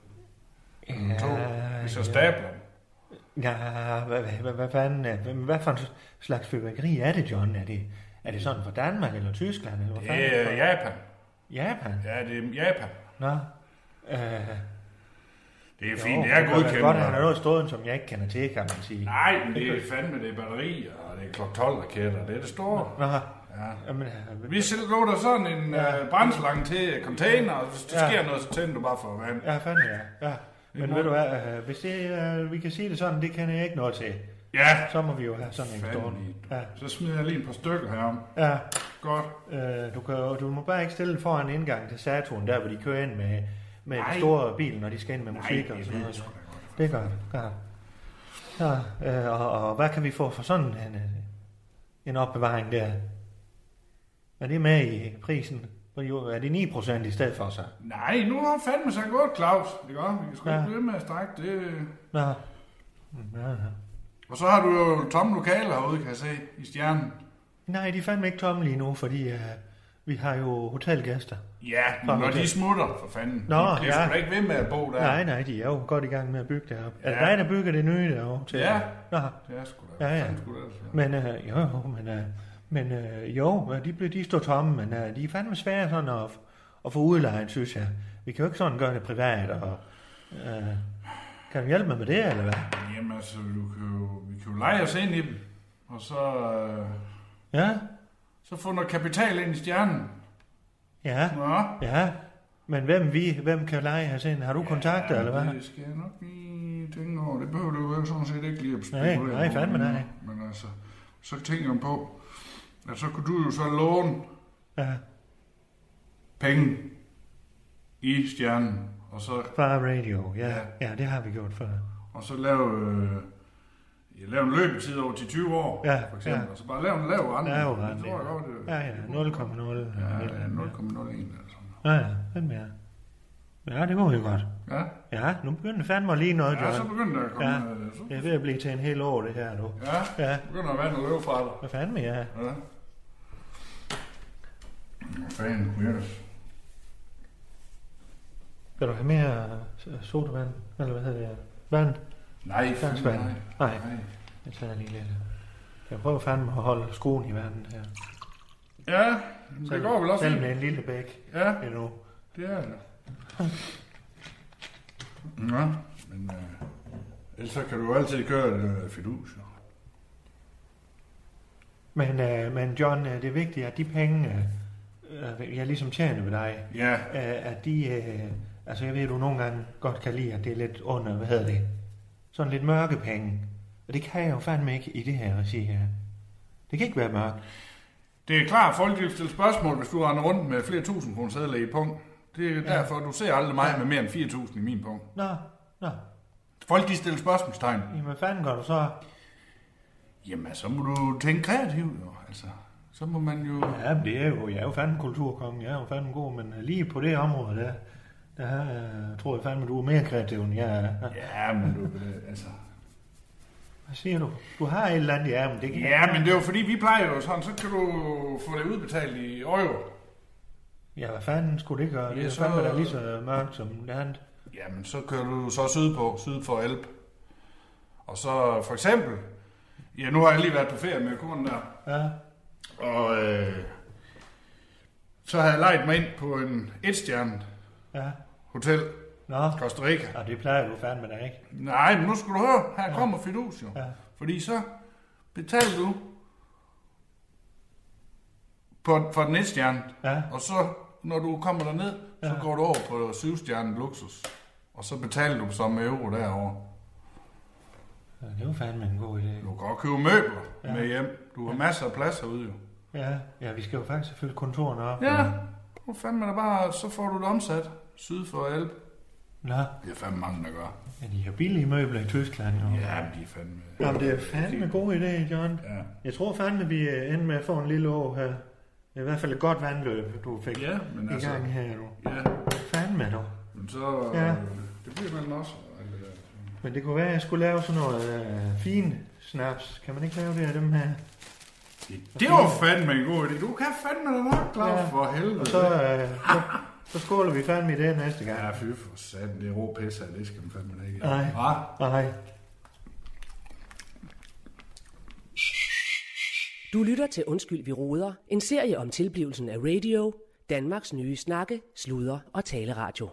Speaker 4: Ja,
Speaker 7: hvis jeg stabler.
Speaker 4: Ja, hvad fanden, hvad for en slags fyrværkeri er det, John? Er det sådan fra Danmark eller Tyskland? Eller hvad fanden?
Speaker 7: Det er Japan.
Speaker 4: Japan?
Speaker 7: Ja, det er Japan.
Speaker 4: Nå.
Speaker 7: Det er fint, det er godkendt.
Speaker 4: Det er godt, at han har noget stået, som jeg ikke kender til, kan man sige.
Speaker 7: Nej, men det er fandme, det er batterier, og det er klok 12-raketter, det er det store.
Speaker 4: Nå.
Speaker 7: Ja.
Speaker 4: Jamen,
Speaker 7: vi sætter der sådan en brændslange til container, og hvis der sker noget, så tænder du bare for vand.
Speaker 4: Ja, fandme ja. Men ved du hvad, hvis det, vi kan sige det sådan, det kan jeg ikke noget til.
Speaker 7: Ja.
Speaker 4: Så må vi jo have sådan en stående. Ja.
Speaker 7: Så smider jeg lige et par stykker her.
Speaker 4: Ja.
Speaker 7: Godt.
Speaker 4: Du må bare ikke stille foran indgang til Saturn, der hvor de kører ind med de store bil, når de skal ind med musik og sådan noget. Det er godt. Ja, og hvad kan vi få for sådan en opbevaring der? Er det med i prisen? Er det 9% i stedet for sig?
Speaker 7: Nej, nu har fandme så godt, Claus. Det gør vi. kan sgu ikke blive med at strække det.
Speaker 4: Nå. Ja.
Speaker 7: Og så har du jo tomme lokaler herude, kan jeg se, i Stjernen.
Speaker 4: Nej, de er fandme ikke tomme lige nu, fordi vi har jo hotelgæster.
Speaker 7: Ja, når de smutter, for fanden.
Speaker 4: Nå,
Speaker 7: de bliver sgu da ikke ved med at bo der.
Speaker 4: Nej, de er jo godt i gang med at bygge det op. Ja. Er det dig, der bygger det nye derovre? Til?
Speaker 7: Ja,
Speaker 4: Nå.
Speaker 7: det er sgu da.
Speaker 4: Ja. Men de står tomme, men de er fandme svære sådan at få udlejet, synes jeg. Vi kan jo ikke sådan gøre det privat, og kan du hjælpe mig med det, eller hvad?
Speaker 7: Jamen altså, vi kan jo lege os ind i dem, og så... Så få noget kapital ind i Stjernen.
Speaker 4: Ja. Ja. Men hvem kan lege os ind? Har du kontakter, eller hvad?
Speaker 7: Det skal jeg nok lige tænke over. Det behøver du jo sådan set ikke lige at spekulere over.
Speaker 4: Nej, fandme nej.
Speaker 7: Men altså, så tænker jeg på, at så kunne du jo så låne penge i Stjernen. Og så...
Speaker 4: Fra radio, ja, det har vi gjort før.
Speaker 7: Og så lave en løbetid over til 20 år, for eksempel. Og så bare lave en lav rente.
Speaker 4: Ja, 0,0.
Speaker 7: Ja, 0,01 eller sådan.
Speaker 4: Ja, fandme ja. Ja, det må vi godt.
Speaker 7: Ja?
Speaker 4: Ja, nu begynder det fandme lige noget, John.
Speaker 7: Ja, så begynder det at komme...
Speaker 4: Ja, det er ved at blive til en hel år, det her nu.
Speaker 7: Ja, begynder at vand og løbe fra dig.
Speaker 4: Hvad fandme, ja.
Speaker 7: Hvad fanden kunne jeg det?
Speaker 4: Skal du have mere sodavand? Eller hvad hedder det? Vand?
Speaker 7: Nej,
Speaker 4: nej. Jeg tager lige lidt. Jeg prøver fandme at holde skoen i vandet her.
Speaker 7: Ja, det går vel også.
Speaker 4: Selv med en lille bæk.
Speaker 7: Ja,
Speaker 4: endnu.
Speaker 7: Det er det. Ja, men ellers så kan du jo altid køre det fidus.
Speaker 4: Men John, det er vigtigt, at de penge, jeg ligesom tjener ved dig, at de, altså jeg ved, du nogle gange godt kan lide, at det er lidt under, sådan lidt mørke penge. Og det kan jeg jo fandme ikke i det her regi her. Det kan ikke være mørkt.
Speaker 7: Det er klart, at folk vil stille spørgsmål, hvis du render rundt med flere tusind kroner sædler i punkt. Det er derfor, du ser aldrig mig med mere end 4.000 i min punkt.
Speaker 4: Nå.
Speaker 7: Folk, de stiller spørgsmålstegn.
Speaker 4: Jamen, hvad fanden gør du så?
Speaker 7: Jamen, så må du tænke kreativt, jo. Altså, så må man jo...
Speaker 4: Ja, men det er jo, jeg er jo fandme kulturkongen, jeg er jo fandme god, men lige på det område, der tror jeg fandme, du er mere kreativ, end jeg er.
Speaker 7: Ja, men du, altså...
Speaker 4: Hvad siger du? Du har et eller andet i ærmen, det kan
Speaker 7: men det er jo fordi, vi plejer jo sådan, så kan du få det udbetalt i euro.
Speaker 4: Ja, hvad fanden skulle det gøre? Det er fandme da lige så mørkt som det andet.
Speaker 7: Jamen, så kører du så syd for Elb. Og så for eksempel, nu har jeg lige været på ferie med konen der.
Speaker 4: Ja.
Speaker 7: Og så har jeg lejet mig ind på en 1-stjernet hotel. Costa Rica.
Speaker 4: Ja, det plejer du fandme da ikke.
Speaker 7: Nej, men nu skal du høre, her kommer fidus jo. Ja. Fordi så betaler du for den 1-stjernet. Ja. Og så, når du kommer derned, så går du over på 7-stjernet luksus. Og så betaler du så med euro derovre.
Speaker 4: Ja, det er jo fandme en god idé.
Speaker 7: Du kan også købe møbler med hjem. Du har masser af plads herude jo.
Speaker 4: Ja, vi skal jo faktisk fylde kontorerne op.
Speaker 7: Ja. Du fandme da bare, så får du det omsat syd for Alp.
Speaker 4: Nå.
Speaker 7: Det er fandme mange, der gør.
Speaker 4: Ja, de har billige møbler i Tyskland. Og...
Speaker 7: Ja, de er fandme...
Speaker 4: Jamen, det er fandme god idé, John.
Speaker 7: Ja.
Speaker 4: Jeg tror fandme, vi ender med at få en lille å her. Det er i hvert fald et godt vandløb, du fik
Speaker 7: men
Speaker 4: i gang her, du.
Speaker 7: Ja.
Speaker 4: Fandme, du.
Speaker 7: Men så...
Speaker 4: Ja.
Speaker 7: Det bliver man også.
Speaker 4: Men det kunne være, at jeg skulle lave sådan noget fin snaps. Kan man ikke lave det af dem her?
Speaker 7: Det var fandme en god idé. Du kan fandme da nok, Claus, for helvede.
Speaker 4: Og så skåler vi fandme i det næste gang.
Speaker 7: Ja, fy for satan. Det er rå pisse, det skal man fandme da ikke.
Speaker 4: Nej.
Speaker 1: Du lytter til Undskyld, vi roder. En serie om tilblivelsen af radio. Danmarks nye snakke, sludre og taleradio.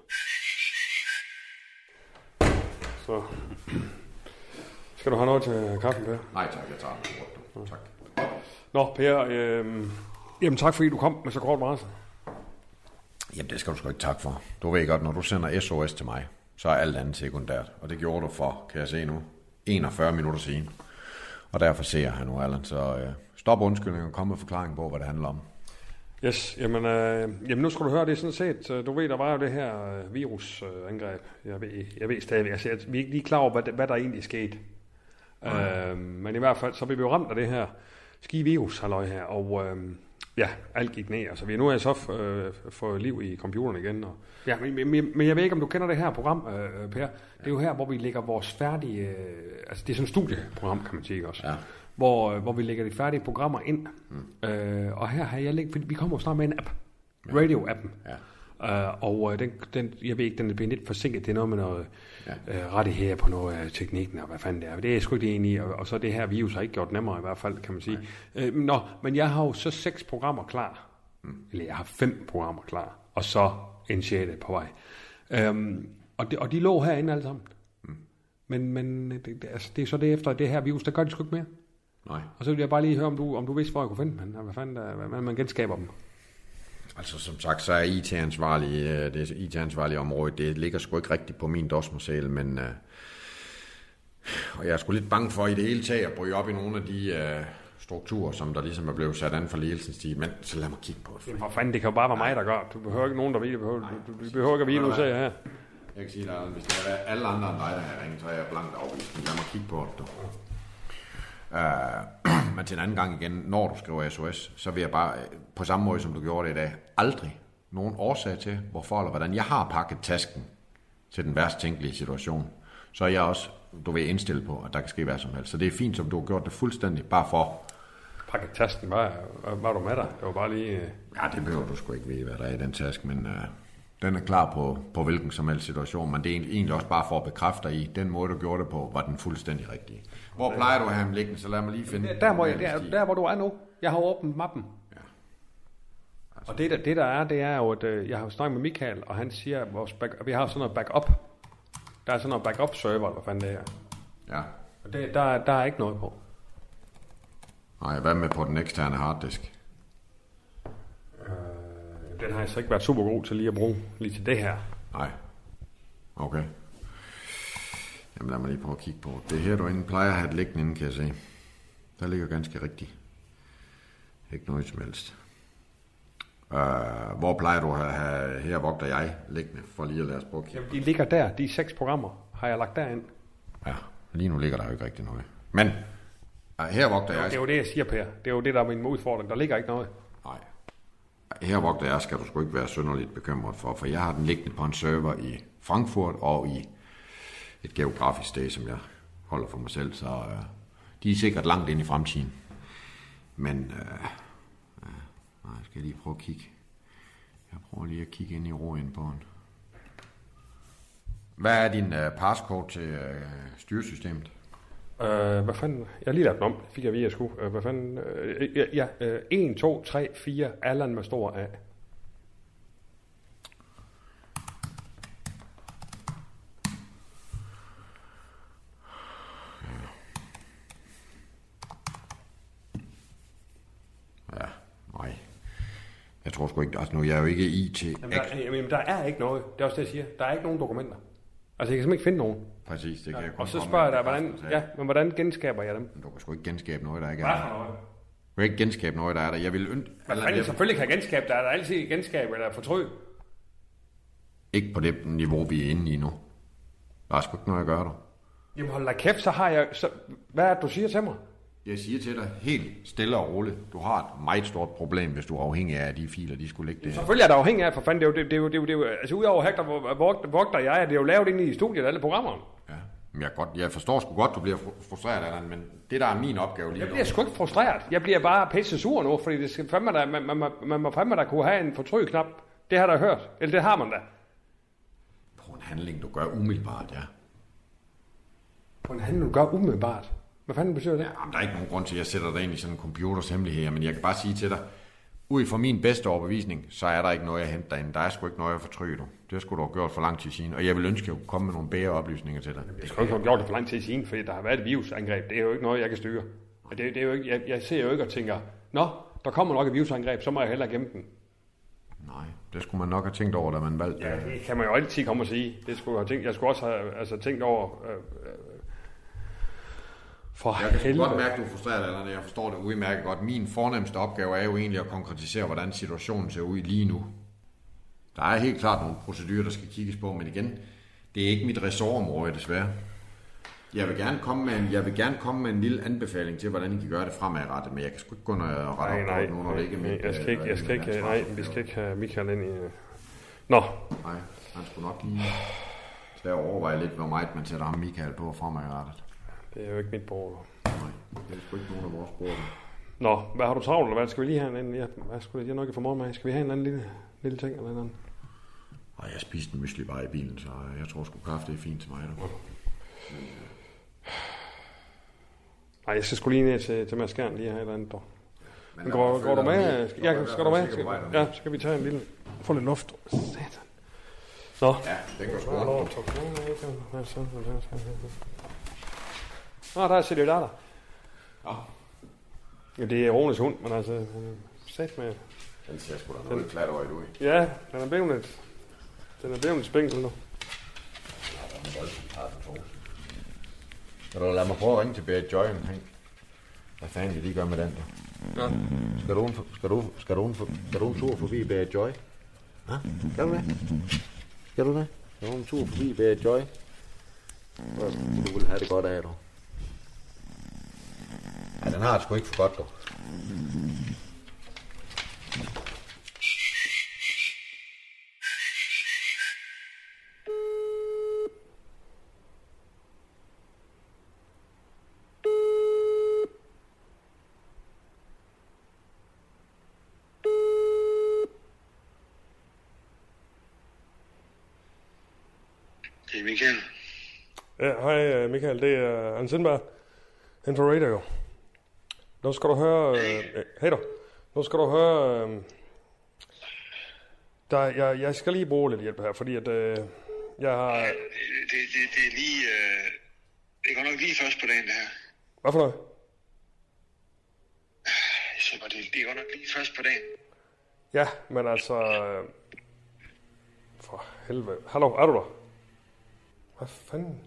Speaker 8: Så skal du have noget til kaffen, Per?
Speaker 9: Nej tak, jeg tager det. Tak.
Speaker 8: Nå, Per, jamen tak fordi du kom med så kort varsel.
Speaker 9: Jamen det skal du sgu ikke tak for. Du ved godt, når du sender SOS til mig, så er alt andet sekundært. Og det gjorde du for, kan jeg se nu, 41 minutter siden. Og derfor ser jeg her nu, Allan. Så stop undskyldningen og kom med forklaring på, hvad det handler om.
Speaker 8: Yes, jamen nu skal du høre, det er sådan set, du ved, der var jo det her virusangreb. Jeg ved stadig, altså, vi er ikke lige klar over, hvad der egentlig skete. Men i hvert fald, så blev vi jo ramt af det her ski-virus, halløj her, og ja, alt gik ned. Altså, nu har jeg så fået liv i computeren igen. Og, ja, men jeg ved ikke, om du kender det her program, Per. Det er jo her, hvor vi lægger vores færdige, altså det er sådan et studieprogram, kan man sige også. Ja. Hvor vi lægger de færdige programmer ind. Og her har jeg lægget, fordi vi kommer snart med en app. Radio-appen. Ja. Og den, jeg ved ikke, den er blevet lidt forsinket. Det er noget med noget rettigheder på noget af teknikken, og hvad fanden det er. Det er sgu ikke enig i, og så det her virus har ikke gjort nemmere i hvert fald, kan man sige. Men jeg har jo så 6 programmer klar. Eller jeg har 5 programmer klar. Og så en 6. på vej. Og de lå herinde alle sammen. Men det er så det efter det her virus, der gør de sgu ikke mere.
Speaker 9: Nej.
Speaker 8: Og så vil jeg bare lige høre, om du vidste, hvor jeg kunne finde dem. Hvad fanden hvordan man genskaber dem.
Speaker 9: Altså som sagt, så er det IT-ansvarlige område, det ligger sgu ikke rigtigt på min dosmersæl, men og jeg er sgu lidt bange for i det hele taget at bryde op i nogle af de strukturer, som der ligesom er blevet sat an for ledelsens tid, men så lad mig kigge på det.
Speaker 8: Jamen, for fanden, det kan jo bare være mig, der gør. Du behøver ikke nogen, der ved det. Du behøver ikke at vide, du ser her.
Speaker 9: Jeg kan sige dig, hvis det er alle andre end dig, der har ringet, så er jeg blankt afvist. Lad mig kigge på det. Men til en anden gang igen, når du skriver SOS, så vil jeg bare, på samme måde som du gjorde det i dag, aldrig nogen årsag til, hvorfor eller hvordan jeg har pakket tasken til den værst tænkelige situation. Så er jeg også, du vil indstille på, at der kan ske hvad som helst. Så det er fint, som du har gjort det fuldstændig, bare for...
Speaker 8: Pakket tasken, var du med dig? Det var bare lige...
Speaker 9: Ja, det behøver du sgu ikke vide, hvad der er i den taske, men den er klar på hvilken som helst situation, men det er egentlig også bare for at bekræfte dig i, den måde du gjorde det på, var den fuldstændig rigtige. Hvor plejer du at have ham liggende, så lad mig lige finde...
Speaker 8: Der hvor du er nu. Jeg har åbnet mappen. Ja. Altså. Og det der er jo, at jeg har snakket med Michael, og han siger, at vi har sådan noget backup. Der er sådan noget backup server, hvad fanden det er.
Speaker 9: Ja.
Speaker 8: Og der er ikke noget på.
Speaker 9: Nej, hvad med på den eksterne harddisk?
Speaker 8: Den har jeg så ikke været super god til lige at bruge, lige til det her.
Speaker 9: Nej. Okay. Jamen lad mig lige prøve at kigge på. Det her, du inde plejer at have et liggende inde, kan jeg se. Der ligger ganske rigtigt. Ikke noget som helst. Hvor plejer du at have, her vogter jeg liggende, for lige at lade os prøve at kigge?
Speaker 8: Jamen, de ligger der. De 6 programmer har jeg lagt derind.
Speaker 9: Ja, lige nu ligger der jo ikke rigtig noget. Men her vogter jeg...
Speaker 8: Det er jo det, jeg siger, Per. Det er jo det, der er min udfordring. Der ligger ikke noget.
Speaker 9: Nej. Her vogter jeg skal du sgu ikke være synderligt bekymret for jeg har den liggende på en server i Frankfurt og i et geografisk sted, som jeg holder for mig selv, så de er sikkert langt ind i fremtiden. Men jeg skal lige prøve at kigge. Jeg prøver lige at kigge ind i roindbogen. Hvad er din passcode til styresystemet?
Speaker 8: Hvad fanden? Jeg har lige lavet den om. Fik jeg via at skulle. Hvad fanden? 1, 2, 3, 4. Allan med stor A.
Speaker 9: Ja, nej. Jeg tror sgu ikke, altså nu jeg er jo ikke IT.
Speaker 8: Jamen, der er ikke noget. Det er også det, jeg siger. Der er ikke nogen dokumenter. Altså, jeg kan simpelthen ikke finde nogen.
Speaker 9: Præcis, det kan jeg kun.
Speaker 8: Og så spørger jeg dig, hvordan genskaber jeg dem?
Speaker 9: Du kan sgu ikke genskabe noget, der ikke
Speaker 8: er.
Speaker 9: vil ikke genskabe noget, der er der. Jeg vil
Speaker 8: selvfølgelig kan genskabe. Der er der altid genskab eller fortryd.
Speaker 9: Ikke på det niveau, vi er inde i nu. Der er sgu ikke noget at gøre, der.
Speaker 8: Jamen hold da kæft, så har jeg... Hvad er det, du siger til mig?
Speaker 9: Jeg siger til dig helt stille og roligt. Du har et meget stort problem, hvis du er afhængig af, at de filer, de skulle ligge der.
Speaker 8: Selvfølgelig er der afhængig af, for fanden. Det er jo altså udover Hector vogter jeg, det er jo lavet inde i studiet, alle programmerne.
Speaker 9: Ja, men jeg forstår sgu godt, du bliver frustreret af den, men det der er min opgave lige nu.
Speaker 8: Jeg bliver sgu ikke frustreret. Jeg bliver bare pisse sur nu, fordi det skal fandme der, man må fandme der kunne have en fortryd-knap. Det har der hørt. Eller det har man da.
Speaker 9: På en handling, du gør umiddelbart, ja.
Speaker 8: På en handling, du gør umiddelbart? Hvad fanden betyder det?
Speaker 9: Ja, der er ikke nogen grund til, at jeg sætter dig ind i sådan en computers hemmelighed, men jeg kan bare sige til dig, ud fra min bedste overbevisning, så er der ikke noget, jeg henter derinde. Der er sgu ikke noget, jeg fortryder, du. Det skulle du have gjort for lang tid siden, og jeg vil ønske, at jeg kunne komme med nogle bedre oplysninger til dig.
Speaker 8: Det skulle ikke have gjort det for lang tid siden, fordi der har været et virusangreb. Det er jo ikke noget, jeg kan styre. Det er jo ikke, jeg ser jo ikke og tænker, nå, der kommer nok et virusangreb, så må jeg hellere gemme den.
Speaker 9: Nej, det skulle man nok have tænkt over, da man valgte.
Speaker 8: Ja, det kan man jo altid komme og sige. Det skulle jeg have tænkt. Jeg skulle også have tænkt over...
Speaker 9: Jeg kan godt mærke, at du er frustreret, eller jeg forstår det udmærket godt. Min fornemmeste opgave er jo egentlig at konkretisere, hvordan situationen ser ud lige nu. Der er helt klart nogle procedurer, der skal kigges på, men igen, det er ikke mit ressortområde, desværre. Jeg vil gerne komme med en lille anbefaling til, hvordan I kan gøre det fremadrettet, men jeg kan sgu ikke gå ned og rette op på nogen, når det ikke er mit.
Speaker 8: Vi skal ikke have Michael ind i... Nå.
Speaker 9: Nej, han skulle nok lige svære overveje lidt, hvor meget man sætter ham Michael på fremadrettet.
Speaker 8: Det er jo ikke mit bord.
Speaker 9: Nej, det er sgu ikke nogen af vores bord.
Speaker 8: Nå, hvad har du travlt, eller hvad? Skal vi lige have en anden? Hvad skulle jeg nok ikke få morgen med? Skal vi have en anden lille ting eller noget?
Speaker 9: Nej, jeg spiste en mysli bare i bilen, så jeg tror sgu kaffe, det er fint til mig.
Speaker 8: Nej, jeg skal sgu lige ned til Mads Skjern lige her et eller andet. Men går du med? Skal du med? Ja, så skal vi tage en lille... Få lidt luft. Satan. Nå.
Speaker 9: Ja, den går sgu
Speaker 8: Nå, der er Silje der. Ja, det er Rones hund, men altså... Sæt med...
Speaker 9: Den ser sgu da noget klatøjet ud.
Speaker 8: Ja, den er blevet lidt spinkel nu.
Speaker 9: Kan du lade mig prøve at ringe til Berit Joy omkring? Hvad fanden de lige gør med den der? Ja. Skal du en tur forbi Berit Joy? Ja, skal du det? Skal du en tur forbi Berit Joy? Du vil have det godt af, du. Ja, den har det sgu ikke for godt, du.
Speaker 6: Det er Michael.
Speaker 8: Ja, hej Michael, det er Hans Sindberg, Info Radio. Nu skal du høre... Hej du. Nu skal du høre... jeg skal lige bruge lidt hjælp her, fordi at... jeg har...
Speaker 6: Ja, det er lige... det går nok lige først på dagen, det her.
Speaker 8: Hvad for noget?
Speaker 6: Jeg siger bare, det går nok lige først på dagen.
Speaker 8: Ja, men altså... for helvede. Hallo, er du der? Hvad fanden?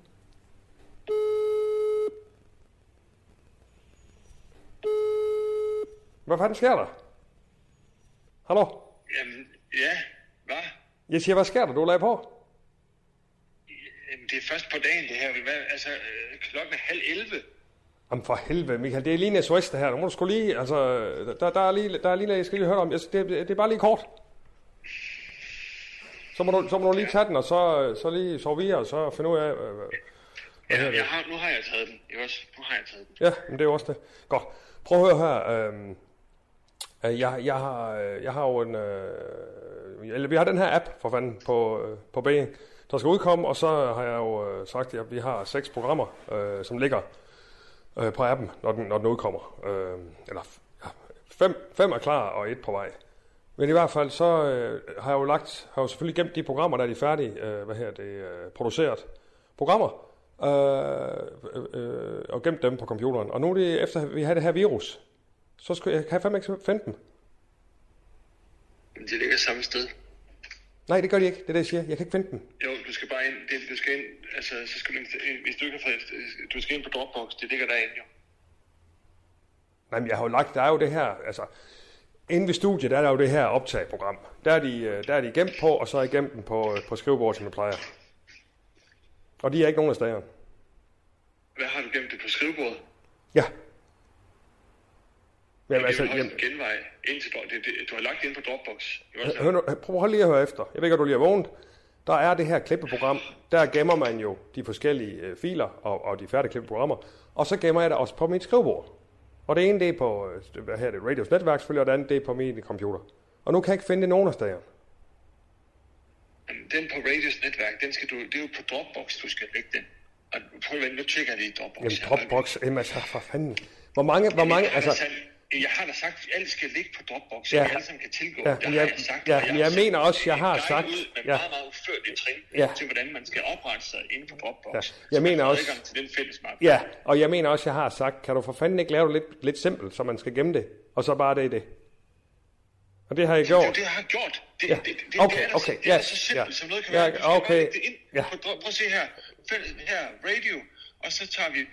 Speaker 8: Hvad fanden sker der? Hallo?
Speaker 6: Jamen, ja, hvad?
Speaker 8: Jeg siger, hvad sker der? Du lagde på?
Speaker 6: Jamen, det er først på dagen, det her. Altså, klokken er 10:30.
Speaker 8: Jamen for helvede, Michael. Det er lige en SOS, det her. Nu må du sgu lige... Altså, der er lige noget, jeg skal lige høre om. Det er bare lige kort. Så må du lige tage den, og så lige sove videre, og så finde ud af...
Speaker 6: Nu har jeg taget den.
Speaker 8: Ja, men det er jo også det. Godt. Prøv at høre her. Jeg har jo en... vi har den her app, for fanden, på Bing, der skal udkomme, og så har jeg jo sagt, at vi har 6 programmer, som ligger på appen, når den udkommer. 5 er klar, og 1 på vej. Men i hvert fald, så har jeg jo selvfølgelig gemt de programmer, der er de færdige, produceret programmer, og gemt dem på computeren. Og nu er det efter, vi har det her virus, så kan jeg fandme ikke finde dem.
Speaker 6: Men de ligger samme sted.
Speaker 8: Nej, det gør de ikke. Det er det, jeg siger. Jeg kan ikke finde dem.
Speaker 6: Jo, du skal bare ind. Du skal ind. Altså, så skal du ind. Hvis du ikke har fået... Du skal ind på Dropbox. Det ligger derinde, jo.
Speaker 8: Jamen, jeg har jo lagt, der er jo det her, altså, inde ved studiet, der er jo det her optageprogram. Der er de gemt på, og så er jeg gemt dem på skrivebordet, som jeg plejer. Og de er ikke nogen af stederne.
Speaker 6: Hvad har du gemt det på skrivebordet?
Speaker 8: Ja.
Speaker 6: Jamen, altså, genvej ind til du har lagt det ind på Dropbox.
Speaker 8: Prøv lige at høre efter. Jeg ved ikke, om du lige har vågnet. Der er det her klippeprogram. Der gemmer man jo de forskellige filer og de færdige klippeprogrammer. Og så gemmer jeg det også på mit skrivebord. Og det ene, det er på Radios netværk selvfølgelig, og det andet, det er på min computer. Og nu kan jeg ikke finde det nogen af stederne.
Speaker 6: Den på Radios netværk, det er jo på Dropbox, du skal lægge den. Og prøv at vente, nu tjekker det i Dropbox.
Speaker 8: Jamen Dropbox, altså for fanden. Hvor mange, altså...
Speaker 6: Jeg har da sagt, at alt skal ligge på Dropbox, så alle sammen kan tilgå.
Speaker 8: Ja, det har jeg sagt. Ja, jeg mener også, jeg har sagt...
Speaker 6: Med meget udførligt trin til, hvordan man skal oprette sig inden for Dropbox.
Speaker 8: Ja, jeg mener også...
Speaker 6: til den fælles mappe.
Speaker 8: Ja, og jeg mener også, jeg har sagt, kan du for fanden ikke lave det lidt simpelt, så man skal gemme det, og så bare det. Og det har jeg gjort.
Speaker 6: Det har jeg gjort. Det er så simpelt, som noget kan være. Du skal bare lægge det ind. Prøv at se her. Her, radio, og så tager vi...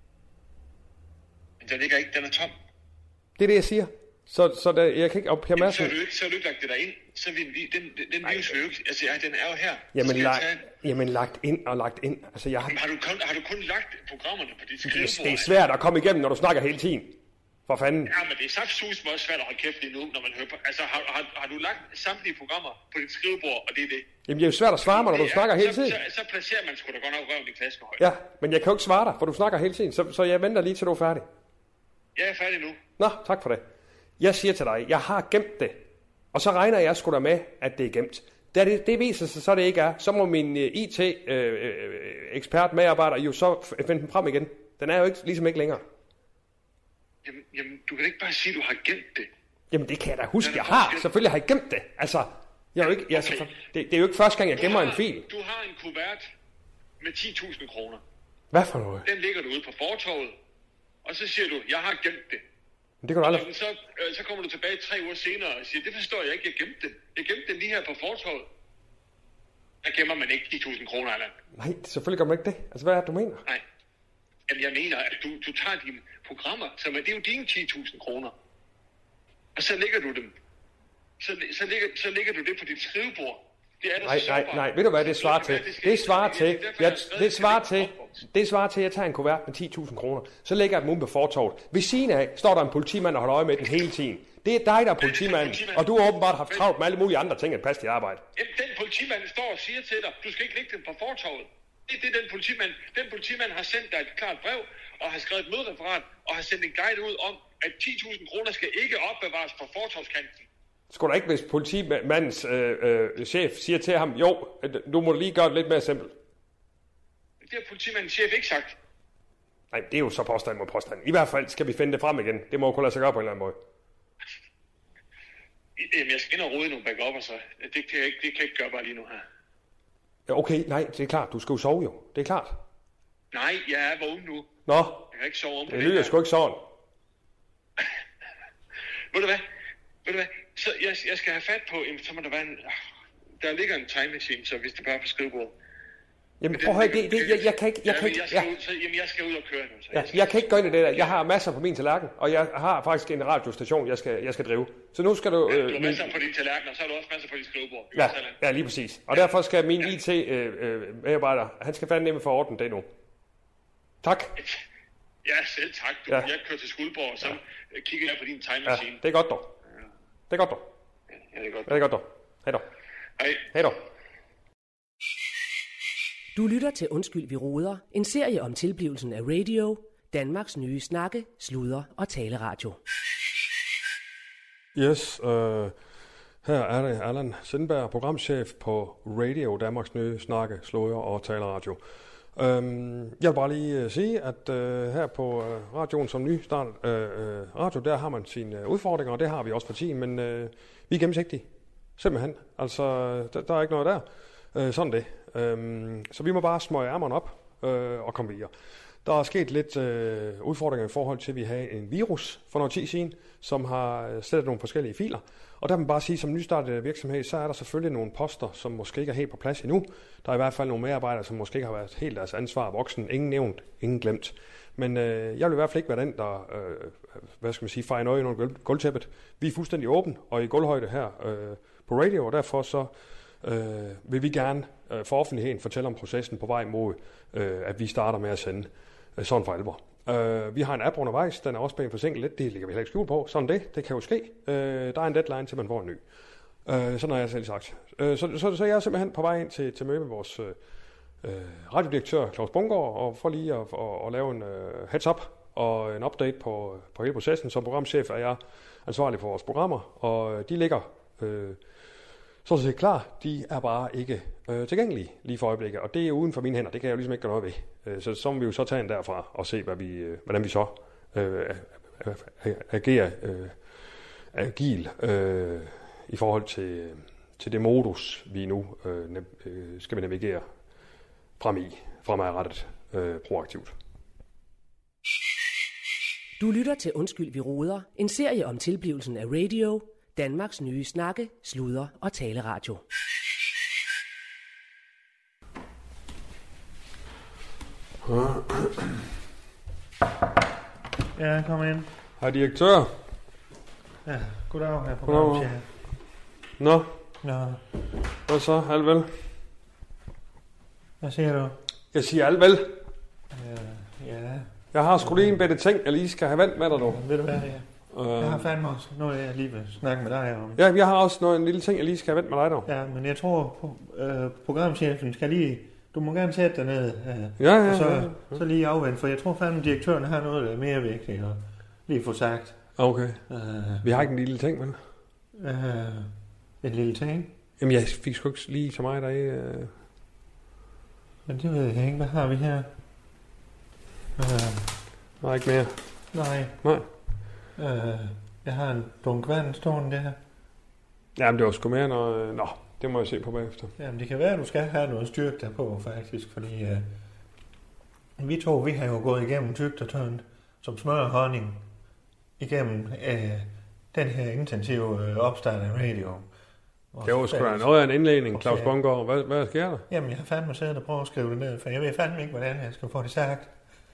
Speaker 6: Den ligger ikke, den er tom.
Speaker 8: Det er det, jeg siger. Så der, jeg kan ikke op her
Speaker 6: så har du ikke lagt det derind. Så vil den virus vil jo ikke... Altså, den er jo her.
Speaker 8: Jamen, lagt ind. Altså, jeg har...
Speaker 6: Har du kun lagt programmerne på dit skrivebord?
Speaker 8: Det er svært at komme igennem, når du snakker hele tiden. For fanden.
Speaker 6: Ja, men det er saftsus også svært at holde kæft lige nu, når man hører på... Altså, har du lagt samtlige programmer på dit skrivebord, og det er det?
Speaker 8: Jamen, det er jo svært at svare mig, når du snakker hele tiden.
Speaker 6: Så placerer man sgu da godt nok røven i klaskehøjde.
Speaker 8: Ja, men jeg kan jo ikke svare dig, for du snakker hele tiden. Så jeg venter lige, til du er færdig.
Speaker 6: Jeg er færdig nu.
Speaker 8: Nå, tak for det. Jeg siger til dig, jeg har gemt det. Og så regner jeg sgu da med, at det er gemt. Da det viser sig, så det ikke er, så må min IT-ekspert medarbejder jo så finde den frem igen. Den er jo ikke, ligesom ikke længere.
Speaker 6: Jamen, du kan ikke bare sige, at du har gemt det.
Speaker 8: Jamen, det kan jeg da huske, jeg har. Selvfølgelig har jeg gemt det. Altså, jeg er jo ikke, det er jo ikke første gang, jeg gemmer en fil.
Speaker 6: Du har en kuvert med 10.000 kroner.
Speaker 8: Hvad for noget?
Speaker 6: Den ligger du ude på fortovet. Og så siger du, jeg har gemt det.
Speaker 8: Men det kan du aldrig...
Speaker 6: Så kommer du tilbage 3 uger senere og siger, det forstår jeg ikke, jeg gemte den. Jeg gemte den lige her på fortovet. Der gemmer man ikke 10.000 kroner, Allan.
Speaker 8: Nej, selvfølgelig gør man ikke det. Altså, hvad er det, du mener?
Speaker 6: Nej. Jamen, jeg mener, at du tager dine programmer, så det er jo dine 10.000 kroner. Og så lægger du dem. Så lægger du det på dit skrivebord.
Speaker 8: Nej, ved du hvad det svarer til? Det svarer til, at jeg tager en kuvert med 10.000 kroner. Så lægger jeg dem ud på fortovet. Ved siden af står der en politimand og holder øje med den hele tiden. Det er dig, der er politimanden, og du har åbenbart haft travlt med alle mulige andre ting, at passe dit arbejde.
Speaker 6: Den politimand står og siger til dig, du skal ikke lægge dem på fortovet. Det er den politimand. Den politimand har sendt dig et klart brev, og har skrevet et mødereferat, og har sendt en guide ud om, at 10.000 kroner skal ikke opbevares på fortovskanten.
Speaker 8: Skulle der ikke, hvis politimandens chef siger til ham, jo, du må lige gøre det lidt mere simpelt?
Speaker 6: Det har politimandens chef ikke sagt.
Speaker 8: Nej, det er jo så påstand mod påstand. I hvert fald skal vi finde det frem igen. Det må jo kunne lade sig gøre på en eller anden måde.
Speaker 6: Jamen, jeg skal ind og rode nogle backup, så det kan jeg ikke gøre bare lige nu her.
Speaker 8: Ja, okay, nej, det er klart. Du skal jo sove jo. Det er klart.
Speaker 6: Nej, jeg er vågen nu.
Speaker 8: Nå.
Speaker 6: Jeg kan ikke sove om på
Speaker 8: det. Det lyder sgu ikke sådan.
Speaker 6: Ved du hvad? Så jeg skal have fat på så må der være der ligger en time machine, så hvis det bare er på skrivebordet.
Speaker 8: Jamen prøv at høre, jeg kan ikke...
Speaker 6: Jeg skal ud og køre nu. Så
Speaker 8: jeg kan ikke gå ind i det der. Jeg har masser på min tallerken, og jeg har faktisk en radiostation, jeg skal drive. Så nu skal du...
Speaker 6: du har masser på din tallerken, og så har du også masser på dit skrivebord.
Speaker 8: Ja, lige præcis. Og derfor skal min IT-medarbejder, han skal fandme for orden det nu. Tak.
Speaker 6: Ja, selv tak. Jeg kører til Skuldborg, og så kigger jeg på din time machine.
Speaker 8: Ja, det er godt dog. Det er godt dog.
Speaker 6: Ja, det er godt.
Speaker 8: Ja, det er godt dog. Hej dog. Hej dog.
Speaker 1: Du lytter til Undskyld, vi roder. En serie om tilblivelsen af radio. Danmarks nye snakke, sludre og taleradio.
Speaker 8: Yes, her er det Allan Sindberg, programchef på Radio, Danmarks nye snakke, sludre og taleradio. Jeg vil bare lige sige, at her på radioen som ny start radio, der har man sine udfordringer, og det har vi også på tiden, men vi er gennemsigtige. Simpelthen. Altså, der er ikke noget der. Sådan det. Så vi må bare smøge ærmerne op og komme videre. Der er sket lidt udfordringer i forhold til, at vi havde en virus for noget tid siden, som har slettet nogle forskellige filer. Og der må man bare sige, som nystartet virksomhed, så er der selvfølgelig nogle poster, som måske ikke er helt på plads endnu. Der er i hvert fald nogle medarbejdere, som måske ikke har været helt deres ansvar voksen. Ingen nævnt, ingen glemt. Men jeg vil i hvert fald ikke være den, der fejrer noget i nogle gulvtæppet. Vi er fuldstændig åben og i gulvhøjde her på radio, og derfor så vil vi gerne for offentligheden fortælle om processen på vej mod, at vi starter med at sende sådan for alvor. Vi har en app undervejs, den er også blevet forsinket lidt, det ligger vi heller ikke skjult på. Sådan det kan jo ske. Der er en deadline til, man får en ny. Sådan har jeg selv sagt. Så jeg er simpelthen på vej ind til møde med vores radiodirektør Claus Bungård, og for lige at lave en heads up og en update på hele processen. Som programchef er jeg ansvarlig for vores programmer, og de ligger så set klar. De er bare ikke tilgængelige lige for øjeblikket, og det er uden for mine hænder. Det kan jeg jo ligesom ikke gøre noget ved. Så må vi jo så tage en derfra og se, hvordan vi så agerer agil i forhold til det modus, vi nu skal vi navigere fremadrettet proaktivt.
Speaker 1: Du lytter til Undskyld, vi roder, en serie om tilblivelsen af radio, Danmarks nye snakke, sludre og taleradio.
Speaker 4: Ja, kom ind.
Speaker 8: Hej direktør.
Speaker 4: Ja, goddag her på programmet.
Speaker 8: Nå. Hvad så? Alt vel?
Speaker 4: Hvad siger du?
Speaker 8: Jeg siger alt vel.
Speaker 4: Ja.
Speaker 8: Jeg har sgu lige en bedre ting, jeg lige skal have vand med dig, du.
Speaker 4: Ved du hvad, jeg har fandme også noget, jeg lige vil snakke med dig om.
Speaker 8: Ja, jeg har også en lille ting, jeg lige skal have vand med dig, du.
Speaker 4: Ja, men jeg tror, programchefen skal lige... Du må gerne sætte dig ned.
Speaker 8: Ja.
Speaker 4: Og så lige afvente, for jeg tror fandme, direktøren har noget, der er mere vigtigt at lige få sagt.
Speaker 8: Okay. Vi har ikke en lille ting, vel?
Speaker 4: En lille ting?
Speaker 8: Jamen, jeg fik sgu ikke lige så meget af...
Speaker 4: Men det ved jeg ikke. Hvad har vi her?
Speaker 8: Nej, ikke mere.
Speaker 4: Nej. Jeg har en dunk vand stående der.
Speaker 8: Jamen, det var sgu mere noget... Nå, det må jeg se på bagefter.
Speaker 4: Jamen, det kan være, at du skal have noget styrke der på, faktisk. Fordi vi har jo gået igennem tykt og tyndt, som smør og honning, igennem den her intensive opstart af radio.
Speaker 8: Det var sgu da noget af en indledning, Claus Bungård. Hvad sker der?
Speaker 4: Jamen, jeg har fandme siddet og prøvet at skrive det ned, for jeg ved fandme ikke, hvordan jeg skal få det sagt.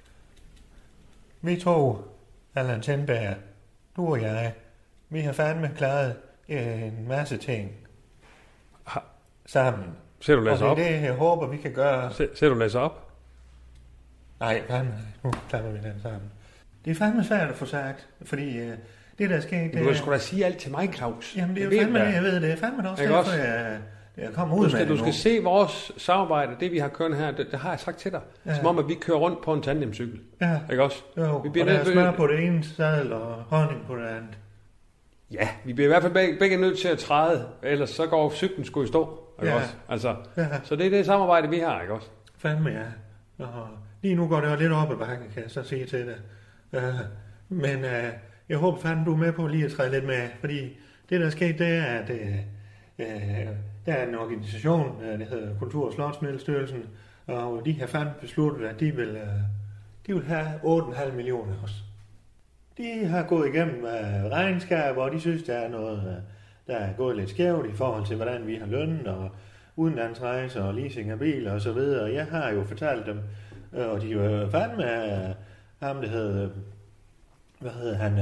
Speaker 4: Vi to, Allan Tindberg, du og jeg, vi har fandme klaret en masse ting sammen.
Speaker 8: Ser du læser op?
Speaker 4: Og det er det, jeg håber, vi kan gøre.
Speaker 8: Ser du læser op?
Speaker 4: Nej, fandme. Nu klarer vi den sammen. Det er fandme svært at få sagt, fordi det der sker...
Speaker 8: Du vil sgu da sige alt til mig, Claus.
Speaker 4: Jamen, det er jo fandme det, jeg ved. Det er fandme også derfor, jeg kommer ud med det.
Speaker 8: Du skal se vores samarbejde, det vi har kørt her, det har jeg sagt til dig. Ja. Som om, at vi kører rundt på en tandemcykel.
Speaker 4: Ja.
Speaker 8: Ikke også?
Speaker 4: Jo, vi bliver og der er smør på det ene sadel og honning på det andet.
Speaker 8: Ja, vi bliver i hvert fald begge nødt til at træde, ellers så går cyklen sgu i stå. Ikke også? Altså, så det er det samarbejde, vi har, ikke også?
Speaker 4: Fandme, ja. Og lige nu går det jo lidt op ad bakken, kan jeg så sige til dig. Men jeg håber fandme, du er med på lige at træde lidt med, fordi det, der er sket, det er, at der er en organisation, der hedder Kultur- og Slotsmiddelstyrelsen, og de har fandme besluttet, at de vil have 8,5 millioner også. De har gået igennem regnskab, og de synes, der er noget, der er gået lidt skævt i forhold til, hvordan vi har lønnet, og udenlandsrejser og leasing af biler og så videre. Jeg har jo fortalt dem, og de er jo fandme ham, der hedder, hvad hedder han,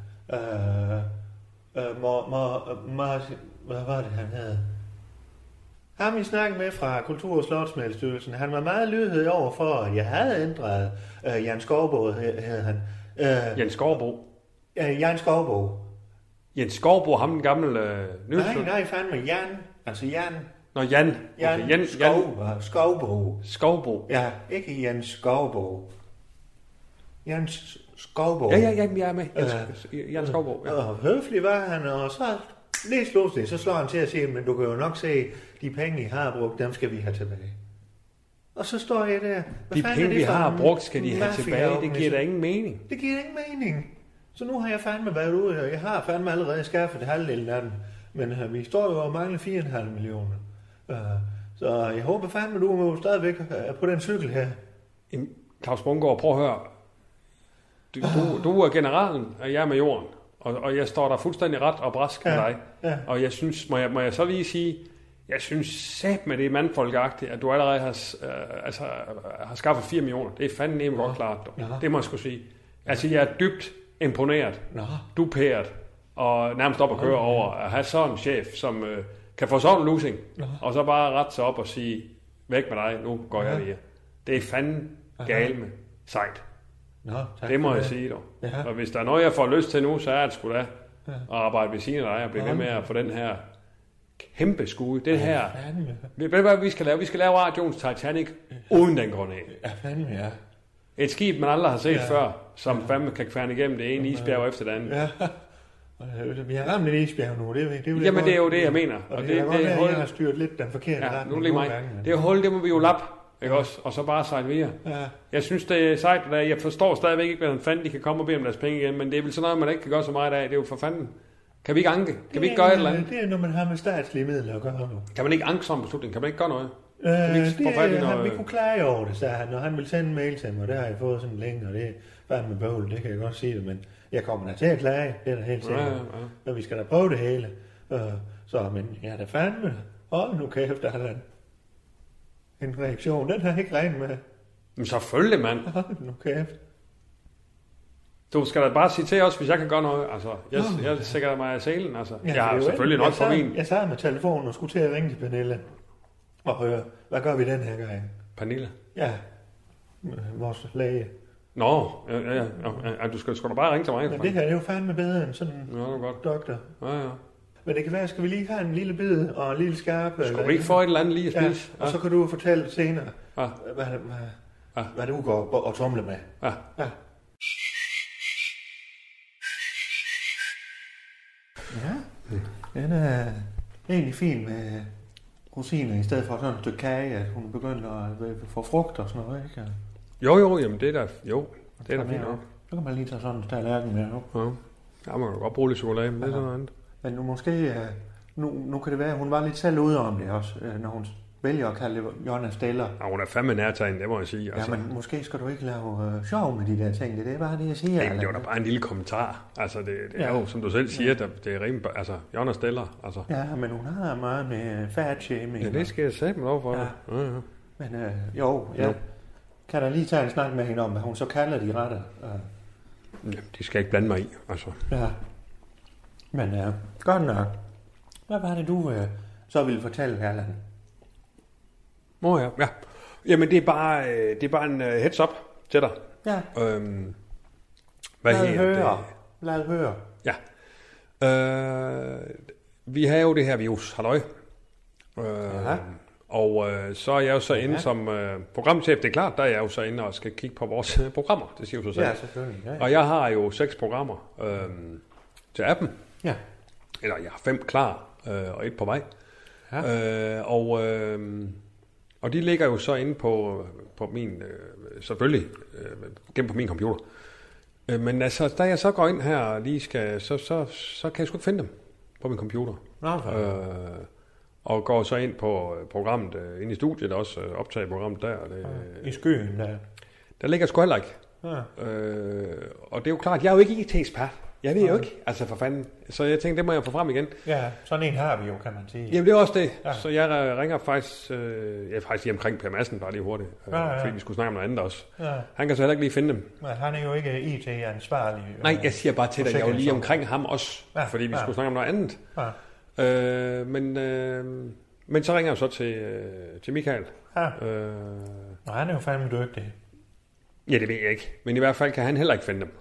Speaker 4: hvad var det, han hed? Ham, I snakkede med fra Kultur- og Slotsmiddelstyrelsen, han var meget lydhørig over for, at jeg havde ændret Jan Skovbo, hed han.
Speaker 8: Jens Skovbo?
Speaker 4: Jan Skovbo.
Speaker 8: Jens Skovbo, ham den gamle
Speaker 4: Nej, fandme Jan. Altså Jan.
Speaker 8: Nå, Jan.
Speaker 4: Okay, Jan Skovbo.
Speaker 8: Skovbo.
Speaker 4: Ja, ikke Jens Skovbo. Jens Skovbo.
Speaker 8: Ja, jeg er med. Jens Skovbo. Ja.
Speaker 4: Og høflig var han, og så lige slutselig, så slår han til at sige, men du kan jo nok se, de penge, I har brugt, dem skal vi have tilbage. Og så står jeg der.
Speaker 8: De penge, vi har brugt, skal de have tilbage. Det giver da ingen mening.
Speaker 4: Det giver ingen mening. Så nu har jeg fandme været ude, og jeg har fandme allerede skaffet halvdelen af den. Men vi står jo og mangler 4,5 millioner. Så jeg håber fandme, du er stadigvæk på den cykel her.
Speaker 8: Claus Bundgaard, prøv at høre. Du er generalen, og jeg er majoren. Og jeg står der fuldstændig ret og brask med dig. Ja. Og jeg synes, må jeg så lige sige, jeg synes sæt med det mandfolkagtigt, at du allerede har skaffet 4 millioner. Det er fandme nemt godt klart. Det må jeg sgu sige. Altså, jeg er dybt imponeret, duperet, og nærmest op at køre over at have sådan en chef, som kan få sådan en losing, og så bare rette sig op og sige, væk med dig, nu går jeg lige. Det er fandme galt med sejt. Det må jeg sige dog. Ja. Og hvis der er noget, jeg får lyst til nu, så er det sgu da at arbejde ved siden af dig og blive ved med at få den her kæmpe skud. Det her. Ved du hvad vi skal lave? Vi skal lave radioens Titanic uden den grund af. Et skib, man aldrig har set før, som fandme kan kværne igennem det ene isbjerg efter det andet. Ja.
Speaker 4: Vi har ramt et isbjerg nu.
Speaker 8: Jamen det er jo det, jeg mener.
Speaker 4: Og det er jeg har styret lidt den forkerte retning.
Speaker 8: Det er hul, det må vi jo lappe. Ikke også? Og så bare sejle videre. Ja. Jeg synes, det er sejt, at jeg forstår stadigvæk ikke, hvordan fanden de kan komme og bede om deres penge igen, men det er vel sådan noget, man ikke kan gøre så meget af. Det er jo for fanden. Kan vi ikke anke? Kan vi ikke gøre et eller andet?
Speaker 4: Det er, når man har med statslige midler at gøre nu.
Speaker 8: Kan man ikke anke sådan en beslutning? Kan man ikke gøre noget?
Speaker 4: Vi kunne klage over det, sagde han, når han ville sende en mail til mig, og det har jeg fået sådan længe, og det er fandme bøvl, det kan jeg godt sige det, men jeg kommer da til at klage, det er da helt sikkert. Men vi skal da prøve det hele. Men ja, det fandme. Hold nu kæft, der er en reaktion, den har jeg ikke regnet med.
Speaker 8: Men selvfølgelig, mand.
Speaker 4: Hold nu kæft.
Speaker 8: Du skal da bare sige til os, hvis jeg kan gøre noget. Altså, jeg sikrer mig af salen. Altså. Ja, jeg har selvfølgelig nok for min.
Speaker 4: Jeg sad med telefonen og skulle til at ringe til Pernille og høre, hvad gør vi den her gang?
Speaker 8: Pernille?
Speaker 4: Ja, vores læge.
Speaker 8: Nå, ja. Du skal da bare ringe til mig.
Speaker 4: Men det her er jo fandme bedre end sådan en doktor.
Speaker 8: Ja.
Speaker 4: Men det kan være, skal vi lige have en lille bid og en lille skarpe.
Speaker 8: Skal vi ikke få et eller andet lige at spise?
Speaker 4: Ja, og så kan du fortælle senere, hvad du går og tumle med.
Speaker 8: Ja.
Speaker 4: Den er egentlig fin med rosiner i stedet for sådan et stykke kage, at hun begynder at få frugt og sådan noget, ikke?
Speaker 8: Jo, jamen det er da, det er da fint nok.
Speaker 4: Så kan man lige tage sådan en tallerken med op.
Speaker 8: Ja, man kan godt bruge lidt chokolade, men det er sådan noget andet.
Speaker 4: Men nu måske, nu kan det være, at hun var lidt selv ude om det også, når hun vælger at kalde det Jonna Steller.
Speaker 8: Ja, hun er fandme nærtegnet, det må jeg sige.
Speaker 4: Altså. Ja, men måske skal du ikke lave sjov med de der ting, det er bare det, jeg siger.
Speaker 8: Nej, det var da bare en lille kommentar. Altså, det er jo, som du selv siger, det er rimelig, altså, Jonna Steller. Altså.
Speaker 4: Ja, men hun har meget med fat-shaming.
Speaker 8: Ja, det skal jeg sætte mig over for. Ja.
Speaker 4: Men jeg kan da lige tage en snak med hende om, hvad hun så kalder de retter.
Speaker 8: Ja, de skal ikke blande mig i, altså.
Speaker 4: Ja. Men godt nok. Hvad var det, du så ville fortælle, Erland?
Speaker 8: Ja. Jamen, det er bare en heads up til dig.
Speaker 4: Ja. Lad høre.
Speaker 8: Ja. Vi har jo det her virus, halløj. Og så er jeg jo så inde som programchef. Det er klart, der er jeg jo så inde og skal kigge på vores programmer. Det siger jo så selv.
Speaker 4: Ja, selvfølgelig. Ja.
Speaker 8: Og jeg har jo 6 programmer til appen.
Speaker 4: Ja.
Speaker 8: Eller jeg har 5 klar, og 1 på vej. Ja. Og de ligger jo så inde på min, selvfølgelig, gennem på min computer. Men altså, da jeg så går ind her og lige skal, så kan jeg sgu ikke finde dem på min computer. Og går så ind på programmet, inde i studiet også, optager programmet der.
Speaker 4: I skyen der?
Speaker 8: Der ligger sgu heller ikke. Ja. Og det er jo klart, jeg er jo ikke IT-ekspert. Jeg ved jo ikke, altså for fanden. Så jeg tænkte, det må jeg få frem igen.
Speaker 4: Ja, sådan en har vi jo, kan man sige.
Speaker 8: Jamen det er også det. Ja. Så jeg ringer faktisk, lige omkring Per Madsen, bare lige hurtigt. Fordi vi skulle snakke om noget andet også. Ja. Han kan så heller ikke lige finde dem.
Speaker 4: Nej, han er jo ikke IT-ansvarlig.
Speaker 8: Nej, jeg siger bare til dig, jeg er jo lige omkring ham også. Ja. Fordi vi skulle snakke om noget andet. Ja. Men så ringer jeg så til Michael. Ja.
Speaker 4: Og han er jo fandme dygtig.
Speaker 8: Ja, det ved jeg ikke. Men i hvert fald kan han heller ikke finde dem.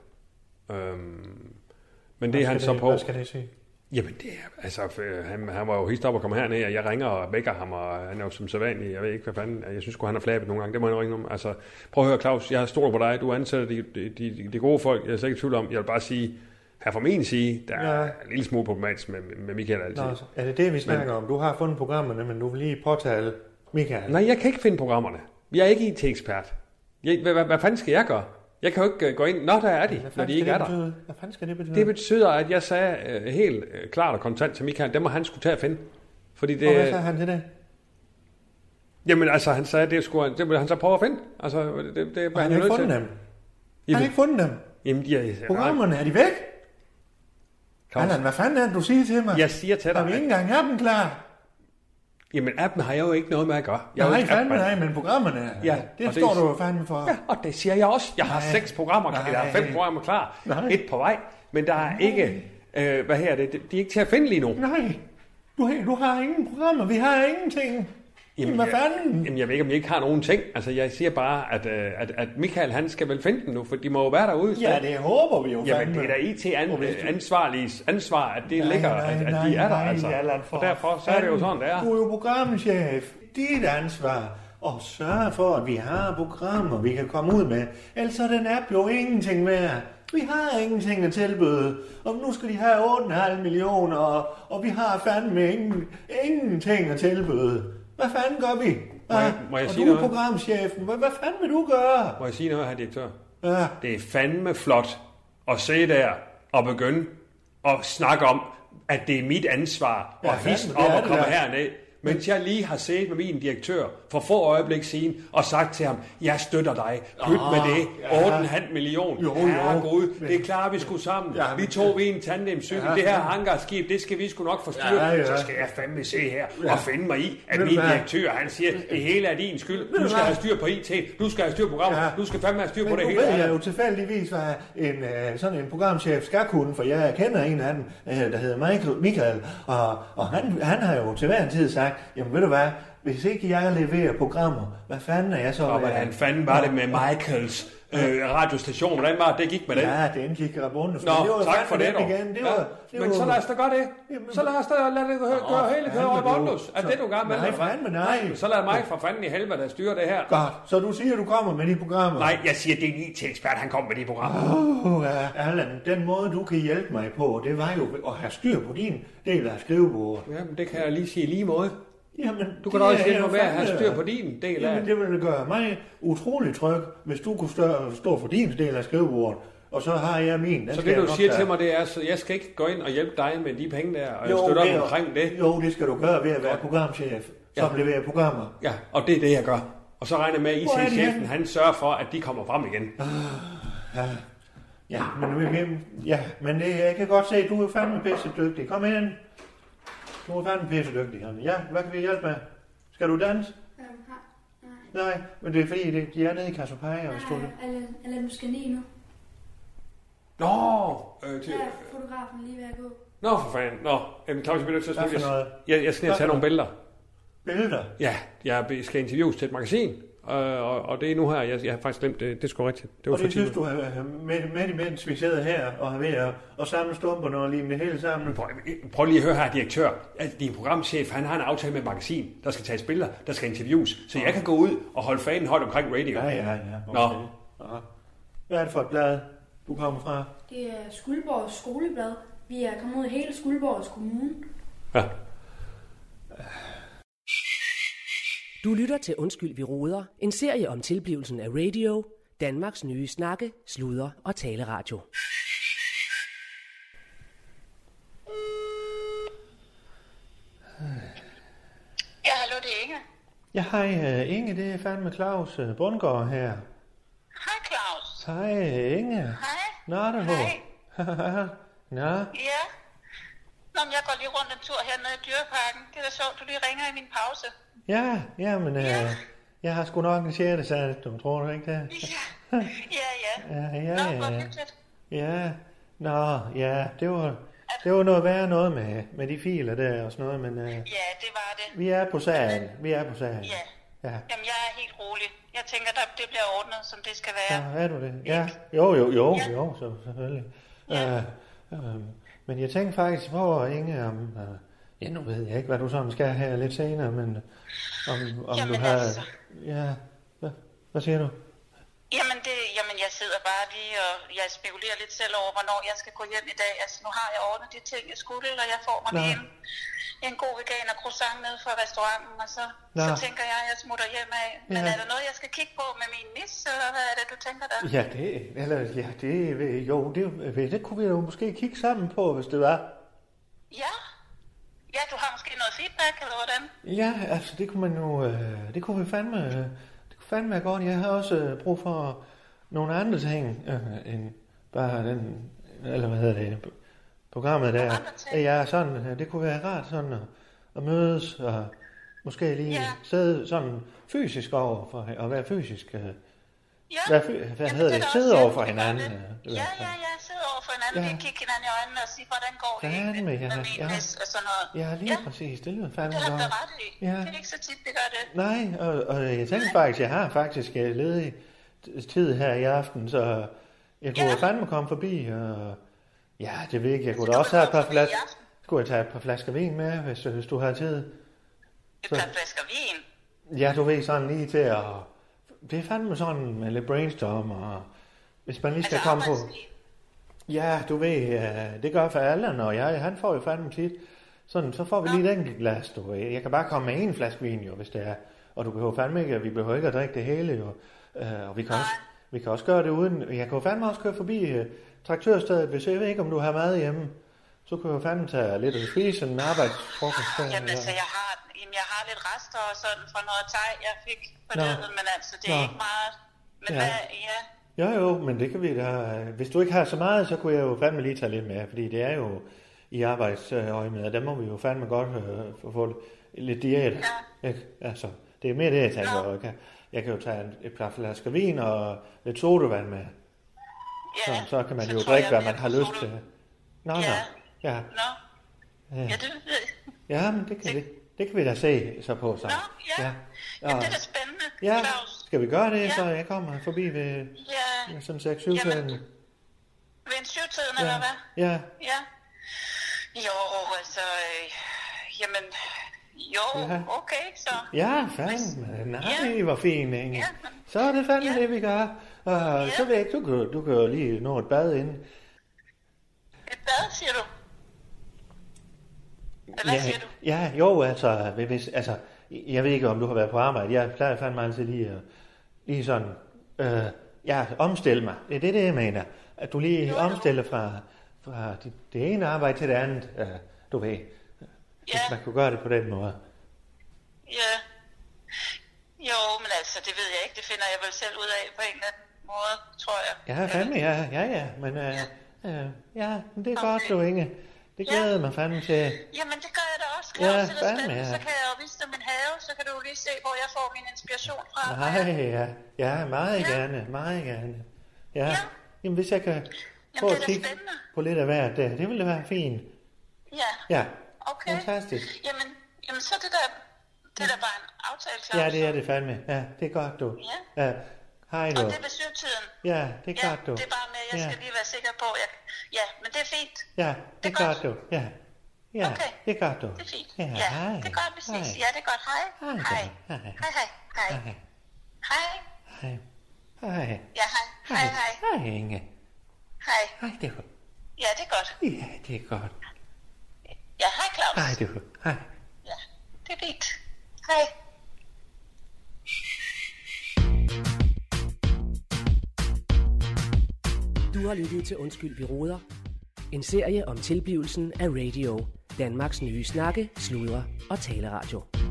Speaker 8: Men det er han så på.
Speaker 4: Hvad skal det sige?
Speaker 8: Jamen det er, altså, han var jo hist op og kommer herned, og jeg ringer og vækker ham, og han er jo som sædvanlig, jeg ved ikke hvad fanden, jeg synes han har flabet nogle gange, det må jeg ringe om. Altså, prøv at høre Claus, jeg har stolet på dig, du ansætter de gode folk, jeg er slet ikke i tvivl om, jeg vil bare sige, her fra min side, der er en lille smule problematisk med Michael altid. Nå,
Speaker 4: er det vi snakker om? Du har fundet programmerne, men du vil lige påtale Michael?
Speaker 8: Nej, jeg kan ikke finde programmerne. Jeg er ikke IT-ekspert. Hvad fanden skal jeg gøre? Jeg kan jo ikke gå ind, der er de, når de ikke er der.
Speaker 4: Hvad fanden skal det betyde?
Speaker 8: Det betyder, at jeg sagde helt klart og kontant til Michael, det må han skulle tage at finde. Fordi det,
Speaker 4: og hvad sagde han til det?
Speaker 8: Jamen altså, han sagde, det vil han så prøve at finde. Altså, det
Speaker 4: han har ikke fundet dem. Han har ikke fundet dem.
Speaker 8: Jamen,
Speaker 4: programmerne, er de væk? Allan, hvad fanden er det, du siger til mig?
Speaker 8: Jeg siger til dig.
Speaker 4: Har vi ikke engang appen klar?
Speaker 8: Jamen, appen har jeg jo ikke noget med at gøre.
Speaker 4: Nej, fandme, men programmerne,
Speaker 8: ja,
Speaker 4: det står du jo fandme for.
Speaker 8: Ja, og det siger jeg også. Jeg har 6 programmer, eller 5 programmer klar. 1 på vej, men der er ikke, de er ikke til at finde lige nu.
Speaker 4: Nej, du har ingen programmer, vi har ingenting. Jamen, hvad fanden?
Speaker 8: Jamen, jeg ved ikke, om jeg ikke har nogen ting. Altså, jeg siger bare, at Michael, han skal vel finde dem nu, for de må jo være derude.
Speaker 4: Ja, det håber vi jo fandme.
Speaker 8: Jamen, det er da IT-ansvarliges ansvar, at det ligger, at de er der, altså. Og derfor, så er det jo sådan, det er.
Speaker 4: Du er jo programchef. Dit ansvar. Og sørge for, at vi har programmer, vi kan komme ud med. Ellers er den app jo ingenting værd. Vi har ingenting at tilbyde, og nu skal de have 8,5 millioner, og vi har fandme ingenting at tilbyde. Hvad fanden gør vi?
Speaker 8: Må jeg
Speaker 4: og
Speaker 8: sige
Speaker 4: du er programchefen. Hvad fanden vil du gøre?
Speaker 8: Må jeg sige noget her, direktør? Ja. Det er fandme flot at se der og begynde at snakke om, at det er mit ansvar at hisse op og komme herned. Mens jeg lige har set med min direktør for få øjeblik siden og sagt til ham, jeg støtter dig, byt med det, 8,5 millioner, herregud, det er klart, vi skulle sammen, vi tog en tandemcykel, det her hangarskib, det skal vi sgu nok forstyrre, så skal jeg fandme se her og finde mig i, at min direktør, han siger, det hele er din skyld, du skal have styr på IT, du skal have styr på programmer, du skal fandme have styr på det hele.
Speaker 4: Men nu ved jeg jo tilfældigvis, hvad sådan en programchef skal kunne, for jeg kender en af dem, der hedder Michael, og han har jo til hver en tid sagt, jamen ved du hvad, hvis ikke jeg leverer programmer, hvad fanden er jeg så?
Speaker 8: Og hvordan fanden var det med Michaels radiostation? Hvordan var det gik med den?
Speaker 4: Ja, den gik rabundet.
Speaker 8: Nå, tak for det dog. Men så lad os da gøre det. Så lad os da lade det gøre hele køre over Bondus. Er det du gerne med?
Speaker 4: Nej.
Speaker 8: Så lad mig for fanden i helvede, der styrer det her.
Speaker 4: Godt, så du siger, du kommer med de programmer?
Speaker 8: Nej, jeg siger, det er en IT-ekspert, han kommer med de programmer.
Speaker 4: Allan, den måde du kan hjælpe mig på, det var jo at have styr på din del af skrivebordet.
Speaker 8: Jamen, det kan jeg lige sige lige måde.
Speaker 4: Jamen,
Speaker 8: du kan da også hjælpe mig med at have styr på din del af.
Speaker 4: Jamen, det ville gøre mig utrolig tryg, hvis du kunne stå for din del af skrivebordet, og så har jeg min.
Speaker 8: Så det du siger til mig, det er, så jeg skal ikke gå ind og hjælpe dig med de penge der, og jeg støtter op omkring det?
Speaker 4: Jo, det skal du gøre ved at være programchef, som leverer programmer.
Speaker 8: Ja, og det er det, jeg gør. Og så regner jeg med, at IT-chefen, han sørger for, at de kommer frem igen.
Speaker 4: Men jeg kan godt se, at du er fandme pisse dygtig. Kom ind. Du er fandme pisse dygtig. Ja, hvad kan vi hjælpe med? Skal du danse? Nej, men det er fordi, de er nede i Cassiopeia.
Speaker 2: Eller du skal ned nu.
Speaker 8: Nå!
Speaker 2: Fotografen lige ved at gå.
Speaker 8: Nå, for fanden. Nå, Claus, jeg bliver nødt til at slutte. Jeg skal tage nogle billeder.
Speaker 4: Billeder?
Speaker 8: Ja, jeg skal interviews til et magasin. Og det er nu her, jeg har faktisk glemt det. Det er sgu rigtigt.
Speaker 4: Det var og det synes du, med imens vi sidder her og er ved at samle stumperne og ligne det hele sammen.
Speaker 8: Prøv lige at høre her, direktør. Din programchef, han har en aftale med et magasin. Der skal tages billeder, der skal interviews. Så jeg kan gå ud og holde fanen højt omkring radio.
Speaker 4: Ja. Okay. Nå. Hvad er det for et blad, du kommer fra?
Speaker 2: Det er Skuldborgs skoleblad. Vi er kommet ud i hele Skuldborgs kommune.
Speaker 8: Ja.
Speaker 1: Du lytter til Undskyld, vi roder, en serie om tilblivelsen af radio, Danmarks nye snakke, sludre og taleradio.
Speaker 10: Ja, hallo, det er Inge.
Speaker 4: Ja, hej Inge, det er fandme Claus Bundgaard her.
Speaker 10: Hej Claus.
Speaker 4: Hej Inge.
Speaker 10: Hej.
Speaker 4: Nå, det
Speaker 10: hej.
Speaker 4: Nå.
Speaker 10: Ja. Nå, men jeg går lige rundt en tur hernede i Dyreparken. Det er da sjovt, du lige ringer i min pause.
Speaker 4: Ja, men jeg har sgu nok en sjette sat, du tror du ikke det?
Speaker 10: Ja. Nå, hvor hyggeligt.
Speaker 4: Ja, det var noget værre noget med de filer der og sådan noget, men...
Speaker 10: Ja, det var det.
Speaker 4: Vi er på sagen,
Speaker 10: Ja. Jamen, jeg er helt rolig. Jeg tænker, det bliver ordnet, som det skal være.
Speaker 4: Ja, er du det? Ja, jo, så selvfølgelig.
Speaker 10: Ja.
Speaker 4: Men jeg tænkte faktisk på, Inge, om... Ja, nu ved jeg ikke, hvad du sådan skal her lidt senere, men om
Speaker 10: jamen,
Speaker 4: du har...
Speaker 10: Altså.
Speaker 4: Ja, hvad siger du?
Speaker 10: Jamen, jeg sidder bare lige, og jeg spekulerer lidt selv over, hvornår jeg skal gå hjem i dag. Altså, nu har jeg ordnet de ting, jeg skulle, og jeg får mig en god veganer croissant nede fra restauranten, og så tænker jeg smutter hjem af. Men er der noget, jeg skal kigge på med min mis, eller hvad er det, du tænker der?
Speaker 4: Det kunne vi jo måske kigge sammen på, hvis det var.
Speaker 10: Ja, du har måske noget feedback, eller hvordan?
Speaker 4: Ja, altså det kunne man jo, det kunne fandme være godt. Jeg har også brug for nogle andre ting, end bare den, eller hvad hedder det, programmet der. Ja, sådan, det kunne være rart sådan at mødes, og måske lige sidde sådan fysisk over for, og være fysisk, hvad hedder det, sidde over for hinanden.
Speaker 10: Ja, sidde over for hinanden, lige kigge hinanden i øjnene og sige, hvordan går det egentlig med menis og sådan noget. Ja, lige præcis, det lyder fandme godt. Det har du ret i. Det er ikke så tit, vi gør det.
Speaker 4: Nej, og jeg tænker faktisk, jeg har faktisk ledig tid her i aften, så jeg kunne fandme komme forbi, og ja, det ved jeg kunne da også have et par flasker. Skulle jeg tage et par flasker vin med, hvis du har tid?
Speaker 10: Et par flasker vin?
Speaker 4: Ja, du ved, sådan lige til at... Det er fandme sådan med lidt brainstorm, og hvis man lige skal komme på... Ja, du ved, det gør for Allan, og han får jo fandme tit. Sådan, så får vi lige et enkelt glas, du ved. Jeg kan bare komme med en flaske vin, jo, hvis det er. Og du behøver fandme ikke, vi behøver ikke at drikke det hele, jo. Og vi kan også gøre det uden... Jeg kan jo fandme også køre forbi traktørstedet, hvis jeg ved ikke, om du har mad hjemme. Så kan jeg jo fandme tage lidt af det frie, sådan en arbejdsfrokost.
Speaker 10: Jamen altså, jeg har lidt rester og sådan fra noget teg, jeg fik forleden, men altså, det er ikke meget. Men
Speaker 4: Jo, men det kan vi da... Hvis du ikke har så meget, så kunne jeg jo fandme lige tage lidt med, fordi det er jo i arbejdsøjemed, og der må vi jo fandme godt få lidt diæt. Ja. Altså, det er mere det, jeg tænker. Jeg kan jo tage et par flasker vin og lidt sodavand med. Ja, så kan man jo drikke, hvad man har lyst til. Ja, det ved jeg. Ja, men det kan vi da se så på sammen.
Speaker 10: Ja, det er da spændende.
Speaker 4: Ja, skal vi gøre det, så jeg kommer forbi ved sådan 6-7-tiden?
Speaker 10: Ved en 7-tiden, eller hvad?
Speaker 4: Ja.
Speaker 10: Jo, altså, jamen, okay, så.
Speaker 4: Ja, fandme, nej, hvor fint, Inge. Så er det fandme det, vi gør. Og så ved jeg ikke, du kan jo lige nå et bad inden.
Speaker 10: Et bad, siger du? Hvad siger du?
Speaker 4: Ja, jo, altså, jeg ved ikke, om du har været på arbejde. Jeg plejer fandme altid lige sådan, omstille mig. Det er det, jeg mener. At du lige omstiller fra det ene arbejde til det andet, du ved. Hvis man kunne gøre det på den måde.
Speaker 10: Ja. Jo, men altså, det ved jeg ikke. Det finder jeg vel selv ud af på en eller anden måde, tror jeg.
Speaker 4: Ja, fandme, ja. Men men det er godt, du, Inge. Det glæder mig fandme til.
Speaker 10: Jamen, det gør jeg da også. Claus, det er spændende. Så kan jeg jo vise dig min have, så kan du lige se, hvor jeg får min inspiration fra.
Speaker 4: Nej, meget gerne. Ja. Jamen, hvis jeg kan få at kigge på lidt af hvert der, det ville da være fint.
Speaker 10: Ja. Okay.
Speaker 4: Fantastisk.
Speaker 10: Jamen, så det der bare en aftale, Claus.
Speaker 4: Ja, det er det fandme. Ja, det er godt, du.
Speaker 10: Ja.
Speaker 4: Hej, du.
Speaker 10: Og det er ved 7-tiden.
Speaker 4: Ja, det er godt, du.
Speaker 10: Det er bare med, jeg skal lige være sikker på, men det er fint.
Speaker 4: Ja, det er godt, du. Ja,
Speaker 10: okay.
Speaker 4: Det er godt, du.
Speaker 10: Det er fint.
Speaker 4: Ja, hej.
Speaker 10: Det er godt, vi ses. Ja, det er godt. Hej.
Speaker 4: Hej.
Speaker 10: Ja, hej.
Speaker 4: Hej, Inge.
Speaker 10: Hej.
Speaker 4: Det er godt.
Speaker 10: Ja, det er godt.
Speaker 4: Ja, det er godt.
Speaker 10: Ja, hej, Claus.
Speaker 4: Hej, du. Hej.
Speaker 10: Ja, det er fint. Hej.
Speaker 1: Du har lyttet til Undskyld, vi roder. En serie om tilblivelsen af radio. Danmarks nye snakke, sludre og taleradio.